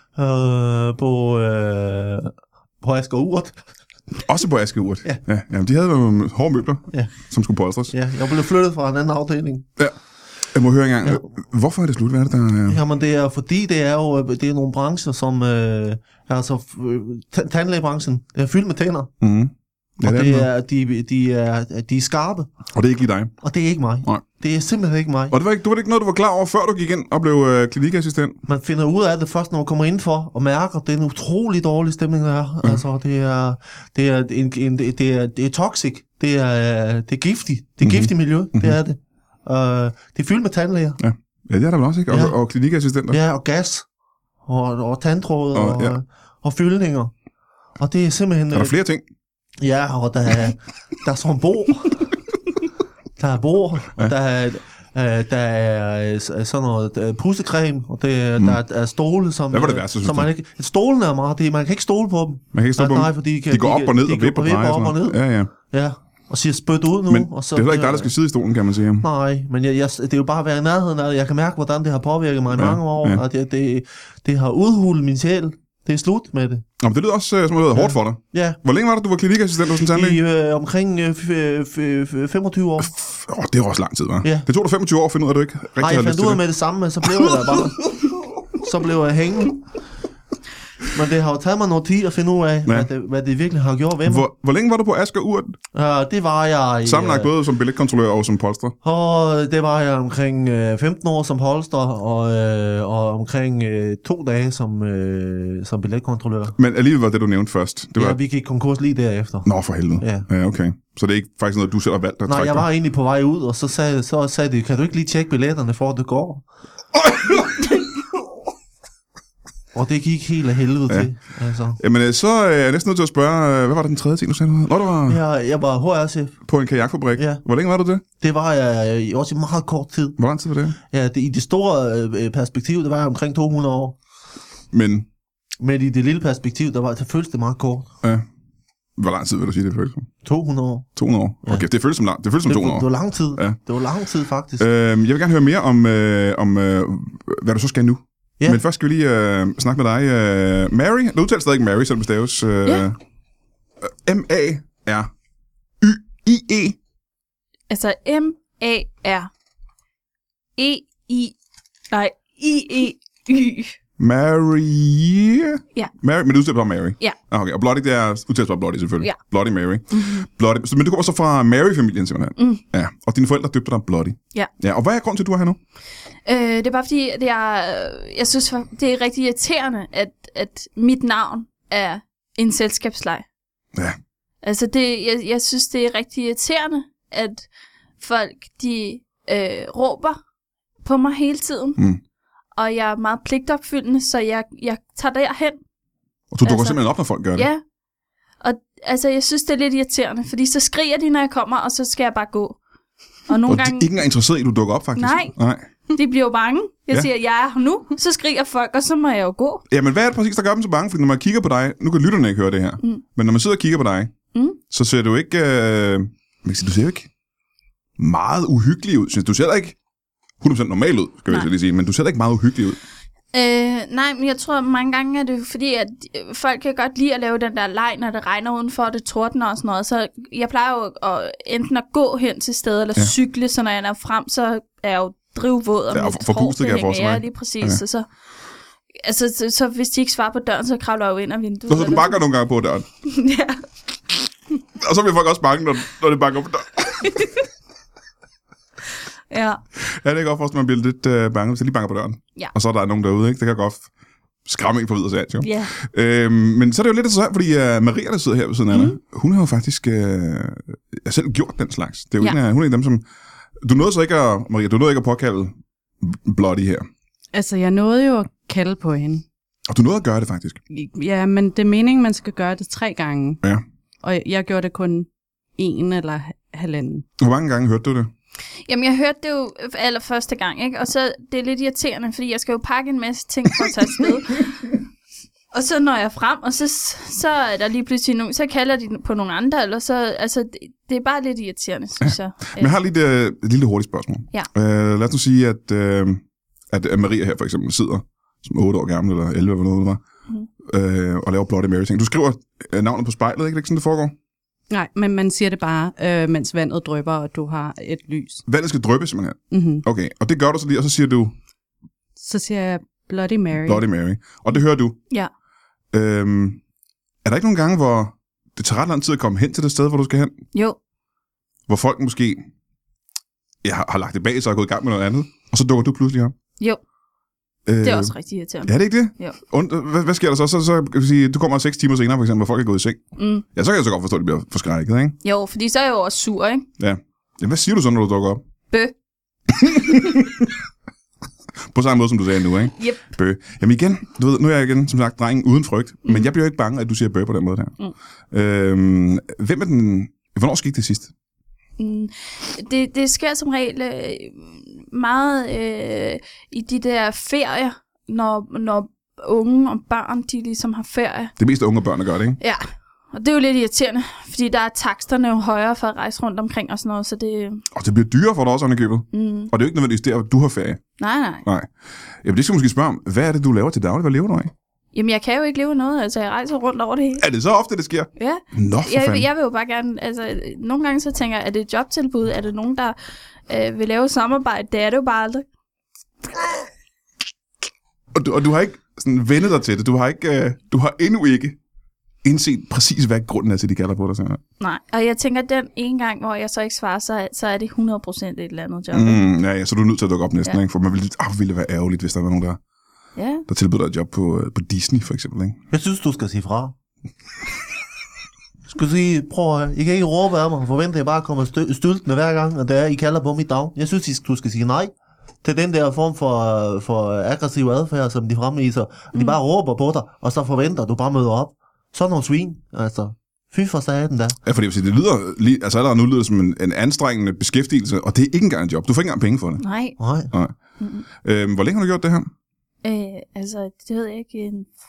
På Asger Urt. Også på Aske Urt? Ja. Jamen, de havde jo hårde møbler, som skulle polstres. Ja, jeg blev flyttet fra en anden afdeling. Ja. Jeg må høre engang, hvorfor er det slut? Hvad er det, der... Jamen, det er fordi, det er nogle brancher, som... tandlægebranchen er fyldt med tænder. Mm-hmm. Ja, og de er skarpe. Og det er ikke lige dig? Og det er ikke mig. Nej. Det er simpelthen ikke mig. Og det var ikke noget, du var klar over, før du gik ind og blev klinikassistent? Man finder ud af det først, når man kommer indenfor og mærker, at det er en utrolig dårlig stemning, der er. Ja. Altså, det er toxic. Det er giftigt. Det er giftigt miljø. Mm-hmm. Det er det. Det er fyldt med tandlæger. Ja, det er der vel også, ikke? Og klinikassistenter. Ja, og gas. Og tandtråd og fyldninger. Og det er simpelthen... Er der flere ting? Ja, og der er sådan bord. Der er bord, og der er sådan noget pussecreme, og der er stole, som... Hvad var det værste, synes du? Stolene er meget... Man kan ikke stole på dem. Man kan ikke stole på dem? Nej, fordi de går op og ned og vipper og drejer. op og ned. Ja. Og siger spyt ud nu. Men og så, det er heller ikke dig, der skal sidde i stolen, kan man sige. Nej, men det er jo bare at være i nærheden af det. Jeg kan mærke, hvordan det har påvirket mig i mange år, og det har udhulet min sjæl. Det er slut med det. Nå, men det lyder også som det har været hårdt for dig. Ja. Hvor længe var det, du var klinikassistent hos en tandlæge? Omkring 25 år. Det var også lang tid, hva'? Ja. Det tog dig 25 år at finde ud af, at du ikke rigtig havde lyst til det. Nej, jeg fandt ud af med det samme, men så blev jeg der bare. Så blev jeg hængende. Men det har jo taget mig noget tid at finde ud af, hvad det virkelig har gjort ved mig. Hvor længe var du på Asger Urt? Det var jeg... Sammenlagt både som billetkontrollør og som polstrer? Og det var jeg omkring 15 år som polster, og omkring 2 dage som billetkontrollør. Men alligevel var det, du nævnte først. Det var... vi gik konkurs lige derefter. Nå, for helvede. Ja, okay. Så det er ikke faktisk noget, du selv har valgt at trække? Nej, jeg var egentlig på vej ud, og så sagde de, kan du ikke lige tjekke billetterne, for at det går? Og det gik helt af helvede til. Altså. Jamen, så er jeg næsten nødt til at spørge, hvad var det den tredje ting, du sagde? Når du var... Jeg var HR-chef. På en kajakfabrik? Ja. Hvor længe var du det? Det var jeg også i meget kort tid. Hvor lang tid var det? Ja, i det store perspektiv, det var jeg omkring 200 år. Men i det lille perspektiv, det føltes det meget kort. Ja. Hvor lang tid vil du sige, det føles som? 200 år. 200 år? Okay, det føles som 200 år. Det var lang tid. Ja. Det var lang tid, faktisk. Jeg vil gerne høre mere om hvad du så skal nu. Ja. Men først skal vi lige snakke med dig. Mary, du udtaler stadig Mary, selvom det staves M-A-R-Y-I-E. Altså M-A-R-E-I-I-E-Y. Mary. Ja. Mary, men du udtaler bare Mary. Ja. Okay, og Bloody, det er udtalt bare Bloody selvfølgelig. Ja. Bloody Mary. Mm-hmm. Bloody. Men du kommer så fra Mary-familien simpelthen. Mm. Ja. Og dine forældre døbte dig Bloody. Ja. Ja. Og hvad er grunden til, at du er her nu? Det er bare fordi, jeg synes, det er rigtig irriterende, at mit navn er en selskabsleg. Ja. Altså, jeg synes, det er rigtig irriterende, at folk, de råber på mig hele tiden. Mm. Og jeg er meget pligtopfyldende, så jeg tager derhen. Og du dukker simpelthen op, når folk gør det? Ja. Og altså, jeg synes, det er lidt irriterende, fordi så skriger de, når jeg kommer, og så skal jeg bare gå. Og nogle gange... de er ikke engang interesseret i, at du dukker op, faktisk? Nej. De bliver jo bange. Jeg siger, jeg er her nu, så skriger folk, og så må jeg jo gå. Ja, men hvad er det præcis, der gør dem så bange? Fordi når man kigger på dig, nu kan lytterne ikke høre det her, men når man sidder og kigger på dig, så ser du ikke, du ser jo ikke meget uhyggelig ud. Du ser da ikke 100% normal ud, skal jeg lige sige, men du ser da ikke meget uhyggelig ud. Nej, men jeg tror mange gange er det fordi, at folk kan godt lide at lave den der leg, når det regner udenfor, og det tordner og sådan noget. Så jeg plejer jo enten at gå hen til stedet, eller cykle, så når jeg er frem, så er jeg jo drivvåd, og mit hår, det hænger. Ja, lige præcis. Ja. Så hvis de ikke svarer på døren, så kravler jeg jo ind af vinduet. Så du bakker nogle gange på døren? Ja. Og så bliver folk også bange, når det banker på døren. Ja. Ja, det kan godt forestille, at man bliver lidt bange, hvis det lige banker på døren. Ja. Og så er der nogen derude, ikke? Det kan godt skræmme en for videre sandt, jo. Ja. Men så er det jo lidt interessant, fordi Maria, der sidder her ved siden af dig, hun har jo faktisk selv gjort den slags. Det er jo hun er en af dem, som... Du nåede så ikke at påkalde Bloody her. Altså, jeg nåede jo at kalde på hende. Og du nåede at gøre det, faktisk. Ja, men det er meningen, man skal gøre det 3 gange. Ja. Og jeg gjorde det kun 1 eller 1,5. Hvor mange gange hørte du det? Jamen, jeg hørte det jo allerførste gang, ikke? Og så det er lidt irriterende, fordi jeg skal jo pakke en masse ting for at tage afsted. Og så når jeg frem, og så er der lige pludselig nogen, så kalder de på nogle andre, eller så, altså, det er bare lidt irriterende, synes jeg. Men jeg har lige et lille hurtigt spørgsmål. Ja. Lad os nu sige, at Maria her for eksempel sidder som 8 år gammel, eller 11, eller noget det var, og laver Bloody Mary ting. Du skriver navnet på spejlet, ikke? Det er ikke sådan, det foregår? Nej, men man siger det bare, mens vandet drypper, og du har et lys. Vandet skal dryppe simpelthen? Mm-hmm. Okay, og det gør du så lige, og så siger du... Så siger jeg Bloody Mary. Bloody Mary. Og det hører du? Ja. Er der ikke nogen gange, hvor det tager ret lang tid at komme hen til det sted, hvor du skal hen? Jo. Hvor folk måske har lagt det bag sig og gået i gang med noget andet, og så dukker du pludselig op? Jo. Det er også rigtig irriterende. Ja, det er ikke det? Jo. Hvad sker der så? Så kan vi sige, du kommer 6 timer senere, for eksempel, hvor folk er gået i seng. Ja, så kan jeg så godt forstå, at de bliver forskrækket, ikke? Jo, fordi så er jeg jo også sur, ikke? Ja. Jamen, hvad siger du så, når du dukker op? Bø. På samme måde, som du sagde nu, ikke? Yep. Bø. Jamen igen, du ved, nu er jeg igen, som sagt, drengen uden frygt, men jeg bliver jo ikke bange, at du siger bø på den måde der. Hvem er den... Hvornår skete det sidst? Det sker som regel meget i de der ferier, når unge og børn, de ligesom har ferie. Det meste unge og børn, der gør det, ikke? Ja, og det er jo lidt irriterende, fordi der er taksterne jo højere for at rejse rundt omkring og sådan noget, så det... Og det bliver dyrere for dig også, købet. Og det er jo ikke nødvendigvis der, du har ferie. Nej. Jamen, det skal du måske spørge om. Hvad er det, du laver til daglig? Hvad lever du af? Jamen, jeg kan jo ikke leve af noget, altså jeg rejser rundt over det hele. Er det så ofte, det sker? Ja. Nå, for fanden. Jeg vil jo bare gerne, altså nogle gange så tænker jeg, er det et jobtilbud? Er det nogen, der vil lave samarbejde? Det er det jo bare aldrig. Og du har ikke sådan vendet dig til det. Du har endnu ikke indset præcis, hvad grunden er til, de kalder på dig. Sådan. Nej, og jeg tænker, at den ene gang, hvor jeg så ikke svarer, så er det 100% et eller andet job. Ja, så er du nødt til at dukke op næsten, ikke? For man ville være ærgerligt, hvis der var nogen, der tilbyder dig et job på Disney, for eksempel, ikke? Jeg synes, du skal sige fra. Skal sige, prøv at I kan ikke råbe af mig og forvente, at jeg bare kommer styltende hver gang, og det er, I kalder på mit dag. Jeg synes, du skal sige nej til den der form for aggressiv adfærd, som de fremviser. De bare råber på dig, og så forventer, at du bare møder op. Sådan nogle svin, altså. Fy for satan da. Ja, fordi det lyder, altså allerede nu lyder det som en anstrengende beskæftigelse, og det er ikke engang en job. Du får ikke engang penge for det. Nej. Hvor længe har du gjort det her? Altså, det ved jeg ikke.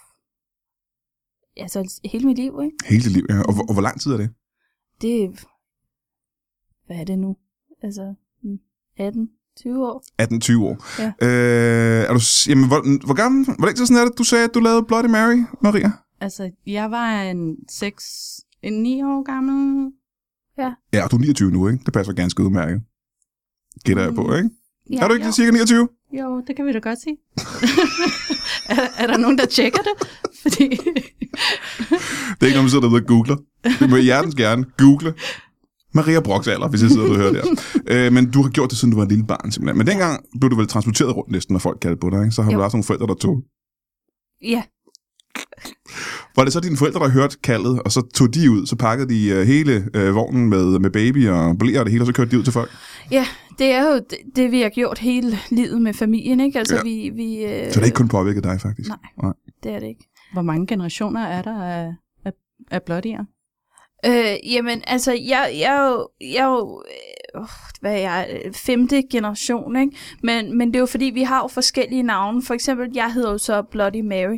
Altså, hele mit liv, ikke? Hele dit liv, ja. Og hvor lang tid er det? Det hvad er det nu? Altså, 18-20 år. 18-20 år. Ja. Er du, jamen, hvor gammel, hvor længe siden er det, du sagde, at du lavede Bloody Mary, Maria? Altså, jeg var en 9 år gammel. Ja. Ja, og du er 29 nu, ikke? Det passer ganske udmærket. Gætter jeg på, ikke? Ja, er du ikke cirka 29? Jo, det kan vi da godt sige. er der nogen, der tjekker det? Fordi... det er ikke noget, man sidder derude og googler. Det må hjertens gerne google Maria Broks alder, hvis jeg sidder og hører der. Men du har gjort det, siden du var en lille barn, simpelthen. Men dengang blev du vel transporteret rundt næsten, når folk kaldte på dig, ikke? Så har du også nogle forældre, der tog. Ja. Var det så dine forældre, der hørte kaldet, og så tog de ud, så pakkede de hele vognen med baby og blære og det hele, og så kørte de ud til folk? Ja, det er jo det, vi har gjort hele livet med familien, ikke? Altså, ja. Så det er ikke kun påvirket dig, faktisk? Nej, det er det ikke. Hvor mange generationer er der af Bloodyer? Jamen, altså, jeg er jo hvad er jeg, 5. generation, ikke? Men det er jo fordi, vi har jo forskellige navne. For eksempel, jeg hedder jo så Bloody Mary.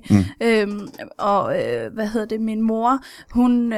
Min mor, hun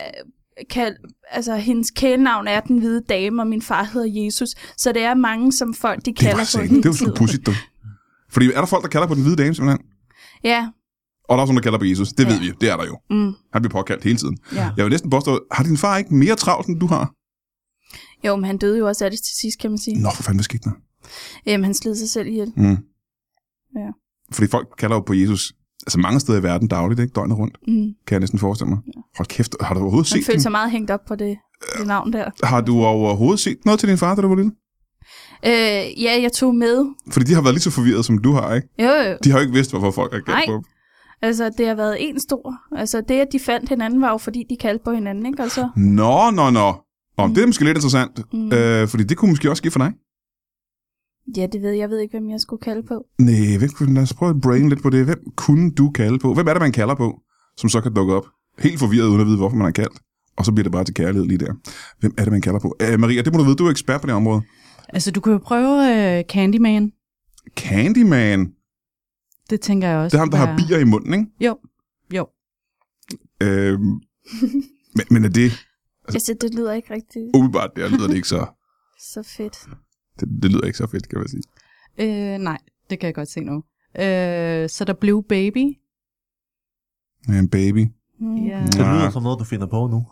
hendes kælenavn er Den Hvide Dame, og min far hedder Jesus. Så det er mange, som folk, de kalder på hende. Det er jo så pudsigt, du. Fordi er der folk, der kalder på Den Hvide Dame, simpelthen? Ja. Og der er også nogen, der kalder på Jesus. Det ved vi, det er der jo. Han bliver påkaldt hele tiden. Ja. Jeg vil næsten påstå, har din far ikke mere travlt, end du har? Jo, men han døde jo også af det til sidst, kan man sige. Nå, for fanden, hvad skete der? Jamen, han slid sig selv ihjel. Ja. Fordi folk kalder jo på Jesus altså mange steder i verden dagligt, ikke? Døgnet rundt, kan jeg næsten forestille mig. Hold kæft, har du overhovedet Man set følte sig meget hængt op på det navn der. Har du overhovedet set noget til din far, da du var lille? Ja, jeg tog med. Fordi de har været lige så forvirret, som du har, ikke? Jo. De har jo ikke vidst, hvorfor folk har kaldt på dem. Altså, det har været en stor. Altså, det, at de fandt hinanden, var jo fordi, de kaldte på hinanden, ikke? Altså. Nå. Det er måske lidt interessant, fordi det kunne måske også ske for dig. Ja, det ved jeg. Jeg ved ikke, hvem jeg skulle kalde på. Nej, lad os prøve at brain lidt på det. Hvem kunne du kalde på? Hvem er det, man kalder på, som så kan dukke op? Helt forvirret, uden at vide, hvorfor man har kaldt. Og så bliver det bare til kærlighed lige der. Hvem er det, man kalder på? Maria, det må du vide. Du er ekspert på det område. Altså, du kan jo prøve Candyman. Candyman? Det tænker jeg også. Det er ham, der har bier i munden, ikke? Jo. Men er det... Altså, det lyder ikke rigtigt. Umiddelbart, det lyder det ikke så... Så fedt. Det lyder ikke så fedt, kan man sige. Nej, det kan jeg godt se nu. Så der blev Baby. Ja, en baby. Ja. Det lyder som noget, du finder på nu.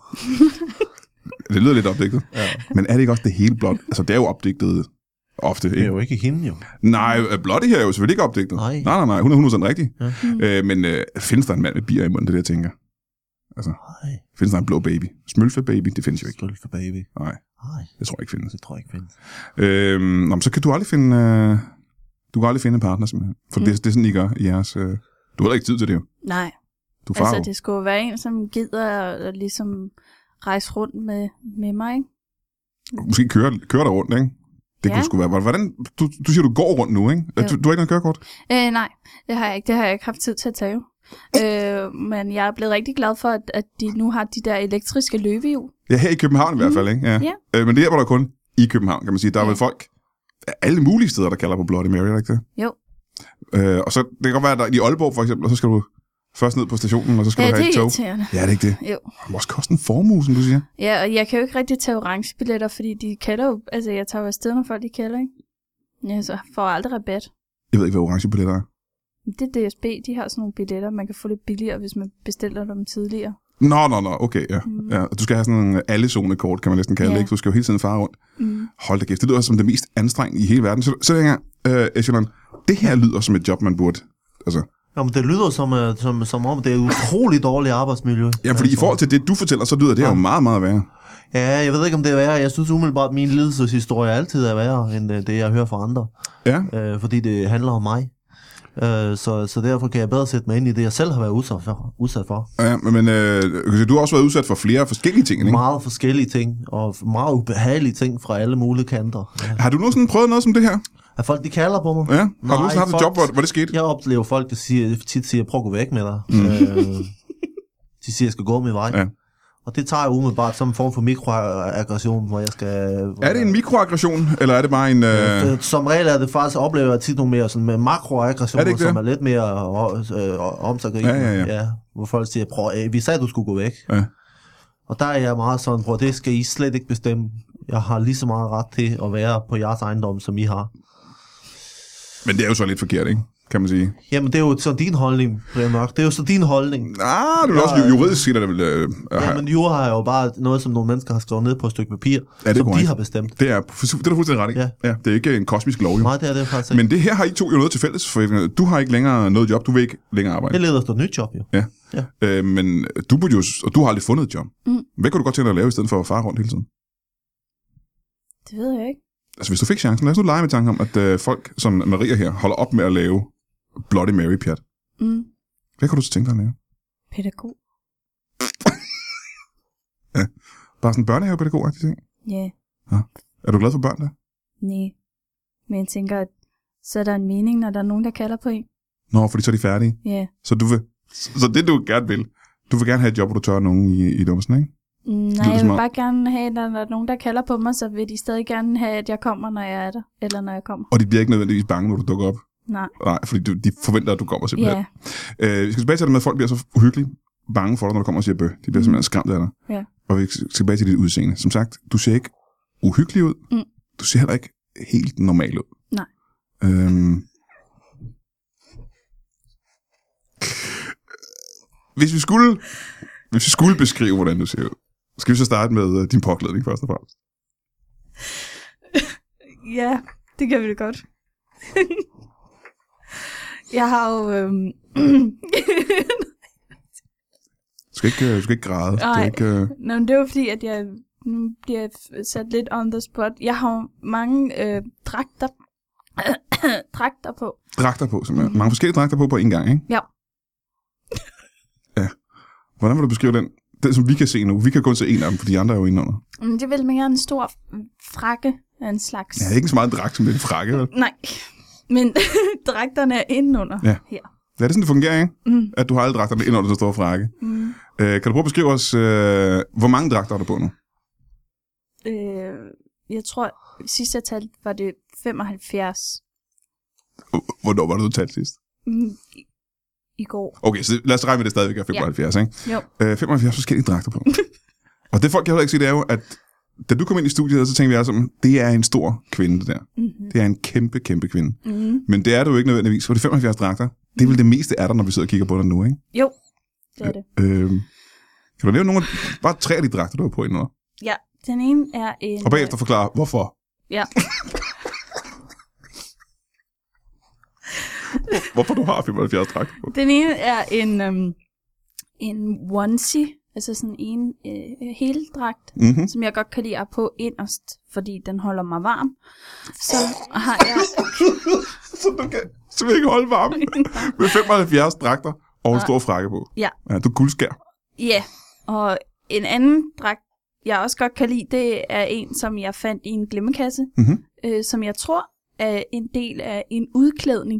Det lyder lidt opdigtet. Ja. Men er det ikke også det hele blot? Altså, det er jo opdigtet ofte, ikke? Det er jo ikke hende, jo. Nej, Bloody her er jo selvfølgelig ikke opdigtet. Nej, hun er 100% rigtig. Ja. Men findes der en mand med bier i munden, det der, jeg tænker? Altså, findes der en blå baby? Smølfe-baby, det findes jo ikke. Smølfe-baby. Nej, det tror jeg ikke findes. Det tror jeg ikke findes. Så kan du aldrig finde... Du kan aldrig finde en partner, simpelthen. For det er sådan, I gør i jeres... Du har heller ikke tid til det, jo. Nej. Du er altså, det skulle være en, som gider at ligesom rejse rundt med mig, ikke? Måske køre dig rundt, ikke? Det kunne sgu være... Hvordan, du siger, du går rundt nu, ikke? Du har ikke noget kørekort? Nej, det har jeg ikke. Det har jeg ikke haft tid til at tage. Men jeg er blevet rigtig glad for, at de nu har de der elektriske løbehjul. Ja, her i København i hvert fald, ikke? Ja. Men det hjælper der kun i København, kan man sige. Der er vel folk alle mulige steder, der kalder på Bloody Mary, ikke det? Jo. Og så det kan godt være, at der, i Aalborg for eksempel, og så skal du først ned på stationen, og så skal du have et tog. Irriterende. Ja, det er ikke det. Jo. Det må også koste en formue, som du siger. Ja, og jeg kan jo ikke rigtig tage orange billetter, fordi de kalder jo... Altså, jeg tager jo afsted, når folk de kalder, ikke? Ja, så får jeg aldrig rabat. Jeg ved ikke, hvad orange billetter er. Det er DSB, de har sådan nogle billetter, man kan få lidt billigere, hvis man bestiller dem tidligere. Nå, okay, ja. Ja. Du skal have sådan en alle-zone-kort, kan man næsten kalde det, ikke? Du skal jo hele tiden fare rundt. Hold da kæft, det lyder som det mest anstrengende i hele verden. Så engang, Echelon, det her lyder som et job, man burde... Altså. Jamen, det lyder som om, det er utroligt dårligt arbejdsmiljø. Ja, fordi i forhold til det, du fortæller, så lyder det jo meget, meget værre. Ja, jeg ved ikke, om det er værre. Jeg synes umiddelbart, at min lidelseshistorie altid er værre, end det, jeg hører fra andre. Ja. Fordi det handler om mig. Så derfor kan jeg bedre sætte mig ind i det, jeg selv har været udsat for. Ja, men du har også været udsat for flere forskellige ting, ikke? Meget forskellige ting, og meget ubehagelige ting fra alle mulige kanter. Ja. Har du nogensinde prøvet noget som det her? At folk, de kalder på mig? Ja, har du nogensinde haft et job, hvor det skete? Jeg oplever folk, der tit siger, prøv at gå væk med dig. De siger, jeg skal gå min vej. Ja. Og det tager jeg umiddelbart som en form for mikroaggression, hvor jeg skal... Er det en mikroaggression, eller er det bare en... Som regel er det faktisk, oplever jeg tit nogle mere sådan med makroaggressioner, som er lidt mere omsaggribende. Ja. Hvor folk siger, vi sagde, du skulle gå væk. Ja. Og der er jeg meget sådan, det skal I slet ikke bestemme. Jeg har lige så meget ret til at være på jeres ejendom, som I har. Men det er jo så lidt forkert, ikke? Kan man sige. Jamen, det er jo så din holdning, Brian Mørk. Det er jo så din holdning. Det er også juridisk set, at det vil... men jura er jo bare noget, som nogle mennesker har skrevet ned på et stykke papir, som de har bestemt. Det er der fuldstændig ret i. Ja. Det er ikke en kosmisk lov, jo. Nej, det er det faktisk ikke. Men det her har I to jo noget til fælles, for du har ikke længere noget job, du vil ikke længere arbejde. Det leder efter et nyt job, jo. Ja. Men du burde jo... Og du har aldrig fundet et job. Hvad kunne du godt tænke dig at lave, i stedet for at fare rundt hele tiden? Det ved jeg ikke. Altså, hvis du fik chancen, lad os nu lege med tanken om, at folk som Maria her holder op med at lave Bloody Mary-pjat. Hvad kan du så tænke dig at lave? Pædagog. Ja. Bare sådan en børnehavepædagog-agtig ting? Ja. Er du glad for børn der? Nej. Men jeg tænker, at så er der en mening, når der er nogen, der kalder på en. Nå, fordi så er de færdige? Ja. Så det du gerne vil, du vil gerne have et job, hvor du tør nogen i dumsen, ikke? Nej, jeg vil bare gerne have, at der er nogen, der kalder på mig, så vil de stadig gerne have, at jeg kommer, når jeg er der, eller når jeg kommer. Og de bliver ikke nødvendigvis bange, når du dukker op? Nej, fordi de forventer, at du kommer simpelthen. Ja. Vi skal tilbage til det med, at folk bliver så uhyggeligt bange for dig, når du kommer og siger bøh. De bliver simpelthen skræmt af dig. Ja. Og vi skal tilbage til dit udseende. Som sagt, du ser ikke uhyggelig ud. Du ser heller ikke helt normal ud. Nej. Hvis vi skulle beskrive, hvordan du ser ud, skal vi så starte med din påklædning først og fremmest? Ja, det kan vi da godt. Jeg har jo... Du skal ikke græde. Nej, ikke, Nå, men det var fordi, at jeg nu bliver sat lidt on the spot. Jeg har jo mange dragter på. Dragter på, simpelthen. Mange forskellige dragter på en gang, ikke? Ja. Ja. Hvordan vil du beskrive den? Den, som vi kan se nu. Vi kan kun se en af dem, for de andre er jo inde under. Det er vel mere en stor frakke af en slags. Ja, det er ikke så meget en dragt, som det er en frakke, vel? Nej, men dragterne er indenunder Ja. her. Ja, det er sådan, det fungerer, ikke? At du har alle dragterne ind under den store frakke. Kan du prøve at beskrive os, hvor mange dragter er der på nu? Jeg tror, sidst jeg talte, var det 75 Hvornår var det, du talte sidst? i går. Okay, så lad os regne med, det stadigvæk er 75, ikke? Jo. 75 forskellige dragter på. Og det folk kan heller ikke se, det er jo, at da du kom ind i studiet, så tænkte vi alle sammen, det er en stor kvinde, det der. Mm-hmm. Det er en kæmpe, kæmpe kvinde. Mm-hmm. Men det er du jo ikke nødvendigvis, for de 75 dragter, det er vel det meste af dig, når vi sidder og kigger på dig nu, ikke? Jo, det er det. Kan du nævne nogle, bare 3 af de dragter, du har på endnu? Ja, den ene er en... Og bagefter forklare, hvorfor. Ja. Hvorfor du har 75 dragter på? Den ene er en onesie, altså sådan en heldragt, som jeg godt kan lide at på inderst, fordi den holder mig varm. Så har jeg... Så du kan simpelthen ikke holde varme med 75 dragter og en stor frakke på. Ja. Ja, du guldskær. Ja, og en anden dragt, jeg også godt kan lide, det er en, som jeg fandt i en glemmekasse, som jeg tror er en del af en udklædning.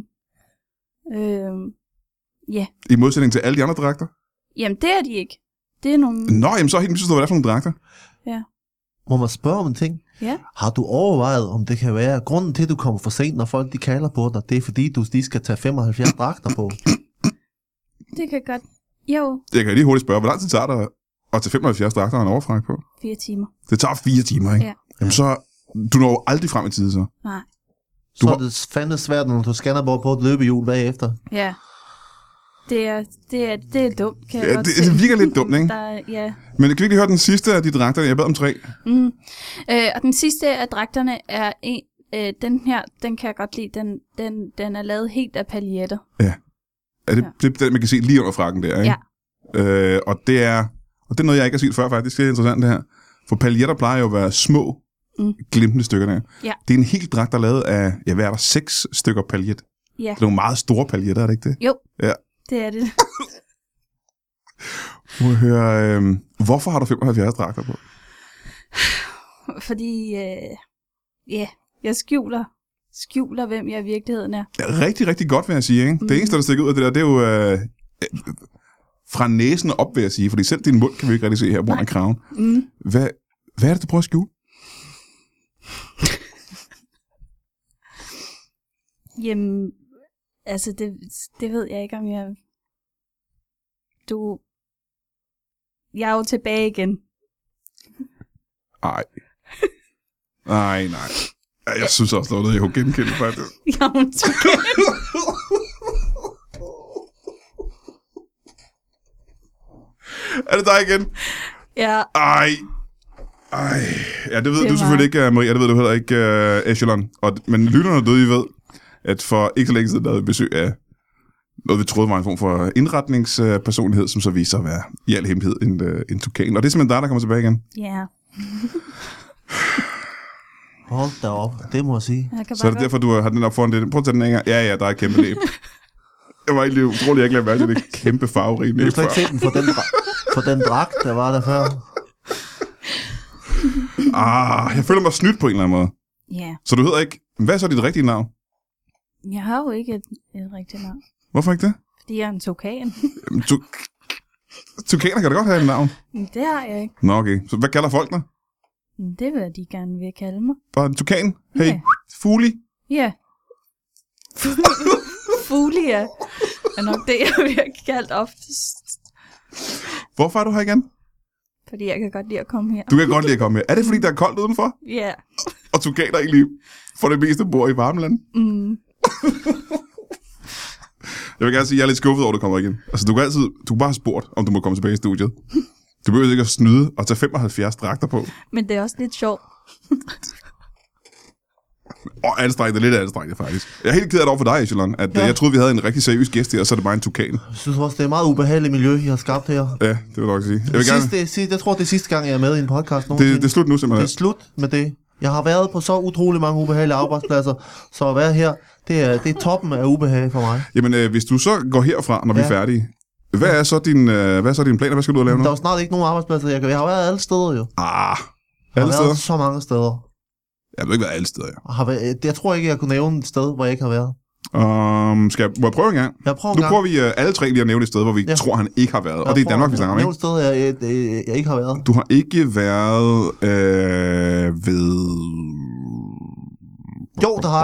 Ja. I modsætning til alle de andre dragter? Jamen, det er de ikke. Det er nogle... Nå, jamen så er helt misforstået, hvad det er for nogle dragter. Ja. Må man spørge om en ting? Ja. Har du overvejet, om det kan være, grunden til, at du kommer for sent, når folk de kalder på dig, det er fordi, du lige skal tage 75 dragter på? Det kan godt. Jo. Jeg kan lige hurtigt spørge, hvor lang tid tager det at tage 75 dragter og en overfrak på? 4 timer. Det tager 4 timer, ikke? Ja. Jamen så, du når jo aldrig frem i tide, så. Nej. Så er det fandme svært, når du scanner på et løbehjul bagefter. Ja. Det er dumt, kan jeg godt se. Det virker lidt dumt, ikke? Ja. Men kan vi ikke høre den sidste af de dragter? Jeg bad om 3. Og den sidste af dragterne er en... den her, den kan jeg godt lide. Den er lavet helt af paljetter. Ja. Det er den, man kan se lige under frakken der, ikke? Ja. Og det er noget, jeg ikke har set før, faktisk. Det er interessant, det her. For paljetter plejer jo at være små, glimtende stykker der. Ja. Det er en helt dragt, der er lavet af, hvad er der, 6 stykker paljet. Ja. Det er nogle meget store paljetter, er det ikke det? Jo, ja. Det er det. Må jeg høre, hvorfor har du 75 dragter på? Fordi, jeg skjuler, hvem jeg i virkeligheden er. Rigtig, rigtig godt, vil jeg sige, ikke? Det eneste, der stikker ud af det der, det er jo fra næsen op, vil jeg sige, fordi selv din mund kan vi ikke rigtig se her på grund af kraven. Hvad er det, du prøver at skjule? Jamen, altså, det ved jeg ikke, om jeg... Jeg er jo tilbage igen. Nej. Jeg synes også, der var noget, jeg kunne genkende, faktisk. Jamen, Er det dig igen? Ja. Ej. Ja, det ved du selvfølgelig ikke, Maria. Det ved du heller ikke, Echelon. Men lytterne derude, I ved, at for ikke så længe siden, der havde vi besøg af noget, vi troede var en form for indretningspersonlighed, som så viste sig at være i al hemmelighed en tukan. Og det er simpelthen dig, der kommer tilbage igen. Ja. Hold da op, det må jeg sige. Så er det derfor, du har den op foran det. Prøv at tage den en gang. Ja, der er et kæmpe næb. Jeg var egentlig utrolig, jeg ikke lade mærke til det kæmpe farverige næb. Du skal ikke se den for den dragt, der var der før. Jeg føler mig snydt på en eller anden måde. Ja. Så du hedder ikke... Hvad er så dit rigtige navn? Jeg har jo ikke et rigtigt navn. Hvorfor ikke det? Fordi jeg er en tukan. Tukaner kan da godt have et navn. Det har jeg ikke. Nå, okay. Så hvad kalder folk dig? Det vil de gerne vil kalde mig. Bare en tukan? Hey, Ja. Fugli? Ja. Fugli, ja. Er nok det, jeg bliver kaldt oftest. Hvorfor er du her igen? Fordi jeg kan godt lide at komme her. Du kan godt lide at komme her. Er det fordi, der er koldt udenfor? Ja. Og tukaner egentlig for det meste bor i varmeland? Jeg vil gerne sige, at jeg er lidt skuffet over, at du kommer igen. Altså, du kan bare have spurgt, om du må komme tilbage i studiet. Du behøver ikke at snyde og tage 75 dragter på. Men det er også lidt sjovt. Og anstrengende, lidt anstrengende faktisk. Jeg er helt ked af det over for dig, Echelon, at jeg troede, vi havde en rigtig seriøs gæst her, og så er det bare en tukan. Jeg synes også, det er et meget ubehageligt miljø, I har skabt her. Ja, det vil jeg nok sige. Jeg tror, det er sidste gang, jeg er med i en podcast. Det er slut nu, simpelthen. Det er slut med det. Jeg har været på så utrolig mange ubehagelige arbejdspladser, så at være her, det er toppen af ubehag for mig. Jamen, hvis du så går herfra, når vi er færdige, hvad er så din plan, og hvad skal du ud og lave nu? Der er jo snart ikke nogen arbejdspladser, jeg har været alle steder jo. Alle steder? Så mange steder. Jeg har ikke været alle steder, ja. Jeg tror ikke, jeg kunne nævne et sted, hvor jeg ikke har været. Må jeg prøve en gang? Jeg prøver en gang. Nu prøver vi alle tre lige at nævne et sted, hvor vi tror, han ikke har været. Og det er i Danmark, vi snakker om, ikke? Nævne et sted, jeg ikke har været. Du har ikke været ved... Jo, det har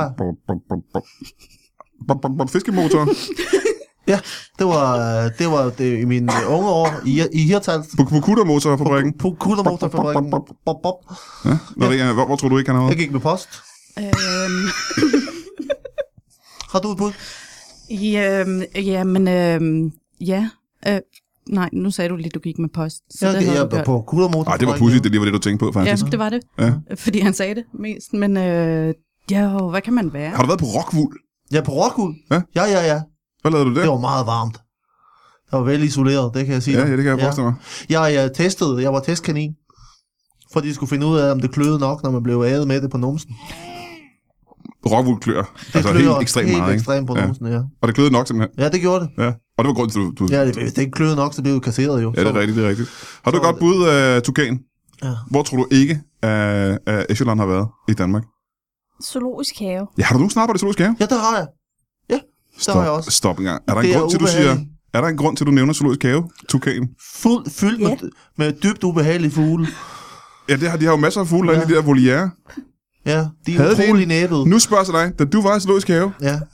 jeg. Fiskemotor? Ja, det var det i mine unge år i Hirtals. På kuttermotorfabrikken? På kuttermotorfabrikken. Ja. Hvor tror du ikke, han har været? Jeg gik med post. Har du et bud? Nej, nu sagde du lige, du gik med post. Så jeg er på kuttermotorfabrikken. Det var pudsigt, det lige var det, du tænkte på, faktisk. Ja, det var det. Ja. Fordi han sagde det mest. Men hvad kan man være? Har du været på Rockwool? Ja, på Rockwool? Ja. Ja. Hvad lavede du der? Det var meget varmt. Det var vel isoleret, det kan jeg sige. Ja, det kan jeg forestille mig. Jeg var testkanin, fordi de skulle finde ud af, om det kløede nok, når man blev ædet med det på numsen. Rockwool klør. Det klør helt ekstremt meget, helt ekstremt på numsen, ja. Og det kløede nok simpelthen? Ja, det gjorde det. Ja. Og det var grund til, du... Ja, hvis det ikke kløede nok, så blev det kasseret jo. Ja, det er rigtigt, Har du et godt bud af Tukan? Ja. Hvor tror du ikke, at Echelon har været i Danmark? Zoologisk have. Ja, har du nogen snart på det zoologisk have? Ja, det har jeg. Ja, det har jeg også. Stop en gang. Er der en grund til, du siger... Er der en grund til, du nævner zoologisk have? Tukan? Fyldt med dybt ubehagelige fugle. Ja, de har jo masser af fugle derinde i de der voliere. Ja, de er utrolig næbet. Nu spørger jeg dig, da du var i zoologisk have,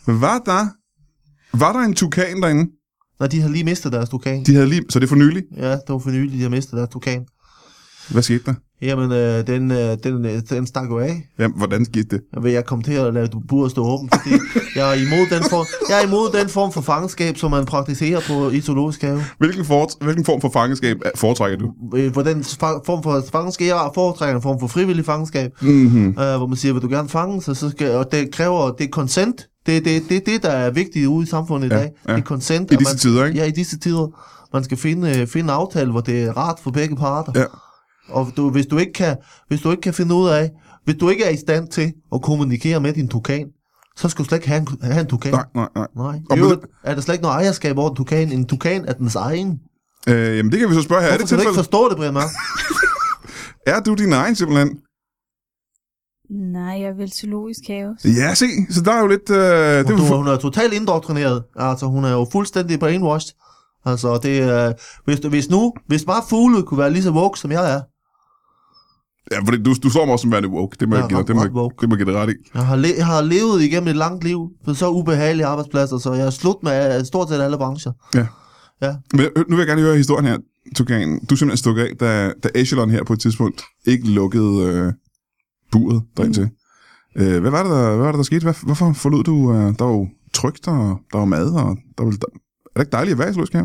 var der en tukan derinde? Nej, de har lige mistet deres tukan. Så det er for nylig? Ja, det var for nylig, de har mistet deres tukan. Hvad skete der? Jamen, den stak jo af. Jamen, hvordan skete det? Jeg kom til at lade buret stå åben, fordi jeg er imod den form for fangenskab, som man praktiserer på i zoologisk have. Hvilken form for fangenskab foretrækker du? Hvordan form for fangenskab? Jeg foretrækker en form for frivillig fangenskab, hvor man siger, vil du gerne fange, så skal, og det kræver, det er consent. Det er det, der er vigtigt ude i samfundet i dag. Det er consent. I disse tider, ikke? Ja, i disse tider. Man skal finde en aftale, hvor det er rart for begge parter. Ja. Og hvis du ikke kan finde ud af, hvis du ikke er i stand til at kommunikere med din tukan, så skal du slet ikke have en tukan. Nej. Er der slet ikke noget ejerskab over en tukan? En tukan er dens egen. Jamen det kan vi så spørge her. Hvorfor kan du ikke forstå det, Brian Mørk? Er du din egen simpelthen? Nej, jeg vil zoologisk have. Ja, se. Så der er jo lidt... Hun er totalt indoktrineret. Altså, hun er jo fuldstændig brainwashed. Altså, det er... Hvis bare fugle kunne være lige så woke, som jeg er. Ja, for du slår mig også som værende woke. Det må jeg give dig ret i. Jeg har levet igennem et langt liv på så ubehagelige arbejdspladser, så jeg er slut med stort set alle brancher. Ja. Men nu vil jeg gerne høre historien her, Tukan. Du er simpelthen stukket af, da Echelon her på et tidspunkt ikke lukkede buret derind til. Hvad var det, der skete? Hvorfor forlod du? Der var jo trygt, og der var mad, og er det ikke dejligt at være i zoologisk have?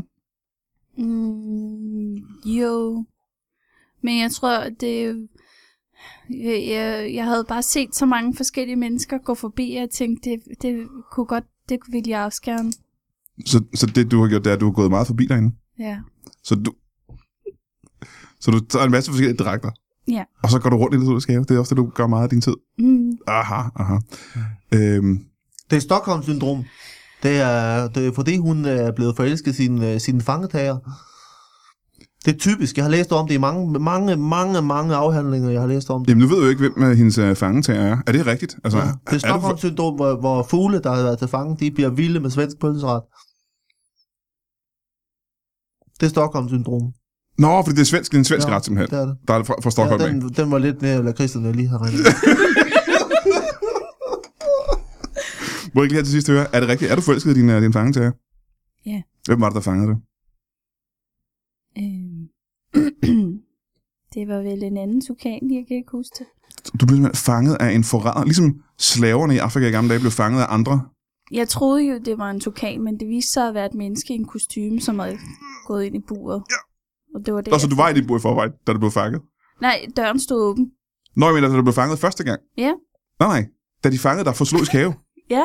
Jo. Men jeg tror, jeg havde bare set så mange forskellige mennesker gå forbi, og jeg tænkte, det ville jeg også gerne. Så det, du har gjort, det er, at du har gået meget forbi derinde? Ja. Så du tager en masse forskellige dragter? Ja. Og så går du rundt i det zoologiske have? Det er også det, du gør meget af din tid? Aha. Det er Stockholm-syndrom. Det er fordi, hun er blevet forelsket sine fangetager. Det er typisk. Jeg har læst om det i mange afhandlinger, jeg har læst om det. Jamen, nu ved du ikke, hvem hendes fangetager er. Er det rigtigt? Altså, ja, det er Stockholm-syndrom, hvor fugle, der har været til fange, de bliver vilde med svensk pølseret. Det er Stockholm-syndrom. Nå, fordi det er en svensk ret, simpelthen. Det er det. Der er fra Stockholm af. Den var lidt nær, eller Christian, jeg lige har regnet. Må jeg ikke lige her til sidst høre, er det rigtigt? Er du forelsket i din fangetager? Ja. Hvem var det, der fangede det? Det var vel en anden tukan, jeg kan ikke huske det. Du blev simpelthen fanget af en forræder, ligesom slaverne i Afrika i gamle dage blev fanget af andre. Jeg troede jo, det var en tukan, men det viste sig at være et menneske i en kostume, som havde gået ind i buret. Ja. Og det var det. Og så du var i dit bur i forvejen, da du blev fanget? Nej, døren stod åben. Nå, jeg mener, da du blev fanget første gang? Ja. Nej. da de fangede dig for zoologisk have? Ja.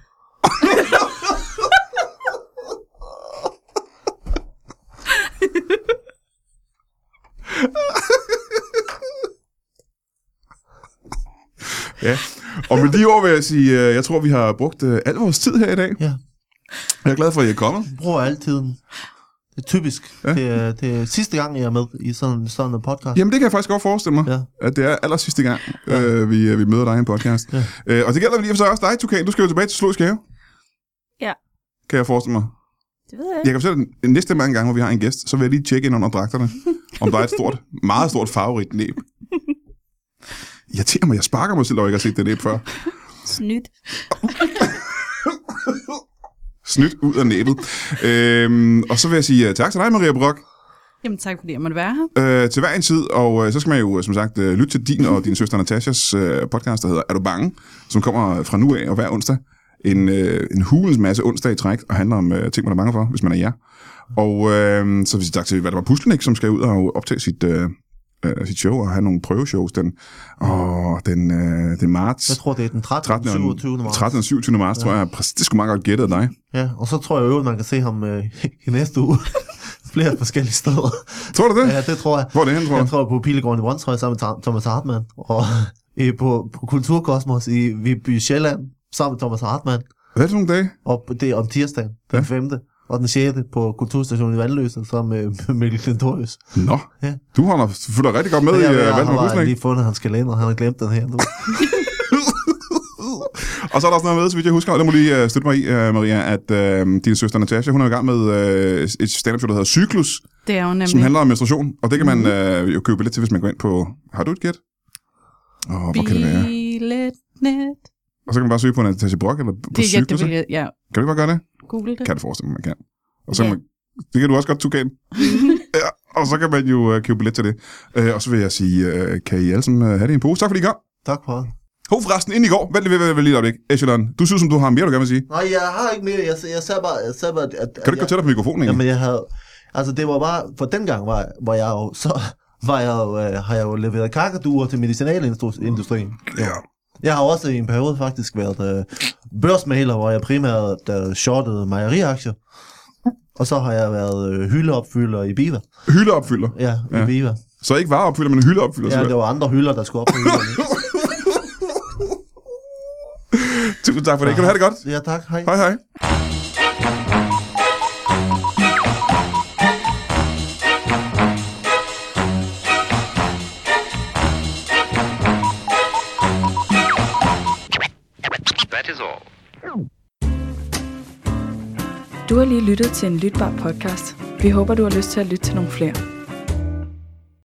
Ja, og med de ord vil jeg sige, jeg tror, vi har brugt al vores tid her i dag. Ja. Jeg er glad for, at I er kommet. Jeg bruger altid. Det er typisk. Ja. Det er sidste gang, jeg er med i sådan en podcast. Jamen, det kan jeg faktisk godt forestille mig, at det er aller sidste gang, vi møder dig i en podcast. Ja. Og det gælder lige for så også dig, Tukan. Du skal jo tilbage til zoologisk have. Ja. Kan jeg forestille mig? Det ved jeg Jeg kan fortælle, at næste mange gange, hvor vi har en gæst, så vil jeg lige tjekke ind under dragterne, om der er et stort, meget stort farverigt næb. Jeg tænker mig, jeg sparker mig selv, og jeg ikke har set det næb før. Snydt. Snydt ud af næbet. Og så vil jeg sige tak til dig, Maria Brock. Jamen tak, fordi jeg måtte være her. Til hver en tid, og så skal man jo som sagt lytte til din og din søster Natashas podcast, der hedder Er du bange? Som kommer fra nu af og hver onsdag. En hulens masse onsdag i træk, og handler om ting, man er bange for, hvis man er jer. Og så vil jeg sige tak til, hvad der var Puslenik, som skal ud og optage sit show og have nogle prøveshows den marts. Jeg tror, det er den 13. og 27. marts. 13. og 27. marts, tror jeg. Det skulle meget godt gætte af dig. Ja, og så tror jeg jo, at man kan se ham i næste uge. Flere forskellige steder. Tror du det? Ja, det tror jeg. Hvor er det hen, tror jeg? Jeg tror på Pilegården i Brøndshøj sammen med Thomas Hartmann. Og på Kulturkosmos i Viby Sjælland sammen med Thomas Hartmann. Hvad er det nogle dage? Og det er om tirsdagen, den 5. og den 6. på Kulturstationen i Vandløse, sammen med Mikkel Klintorius. Nå, ja. Du følger rigtig godt med i Vand med Puslenik. Jeg har lige fundet hans kalender, han har glemt den her nu. Og så er der også noget med, så vidt jeg husker, og det må lige støtte mig i, Maria, at din søster Natasha, hun er i gang med et stand-up-show, der hedder Cyklus. Det er jo nemlig. Som handler om menstruation, og det kan man jo købe billet til, hvis man går ind på... Har du et gæt? Hvor kan det være? Billetnet. Og så kan man bare søge på Natasha Brock eller på Cyklus. Ja. Kan du bare gøre det? Google det. Kan det forestille mig, man kan. Og så kan man, det kan du også godt, Tukan. Ja, og så kan man jo købe billet til det. Og så vil jeg sige, kan I alle sammen have det i en pose? Tak fordi I kom. Tak for det. Forresten, inden i går, vent lige et øjeblik. Echelon, du synes, som du har mere, du gerne vil sige? Nej, jeg har ikke mere. Jeg sagde bare at kan du ikke gå tættere på mikrofonen, ikke? Jamen, jeg havde... Altså, det var bare... For dengang har jeg jo leveret kakaduer til medicinalindustrien. Ja. Jeg har også i en periode faktisk været børsmægler, hvor jeg primært shortede mejeriaktier. Og så har jeg været hyldeopfylder i Biva. Hyldeopfylder? Ja, i Biva. Så ikke vareopfylder, men hyldeopfylder? Ja, det var andre hylder, der skulle op på hylderne. Tusind tak for det. Kan du have det godt? Ja, tak. Hej. Hej, hej. That is all. Du har lige lyttet til en lytbar podcast. Vi håber, du har lyst til at lytte til nogle flere.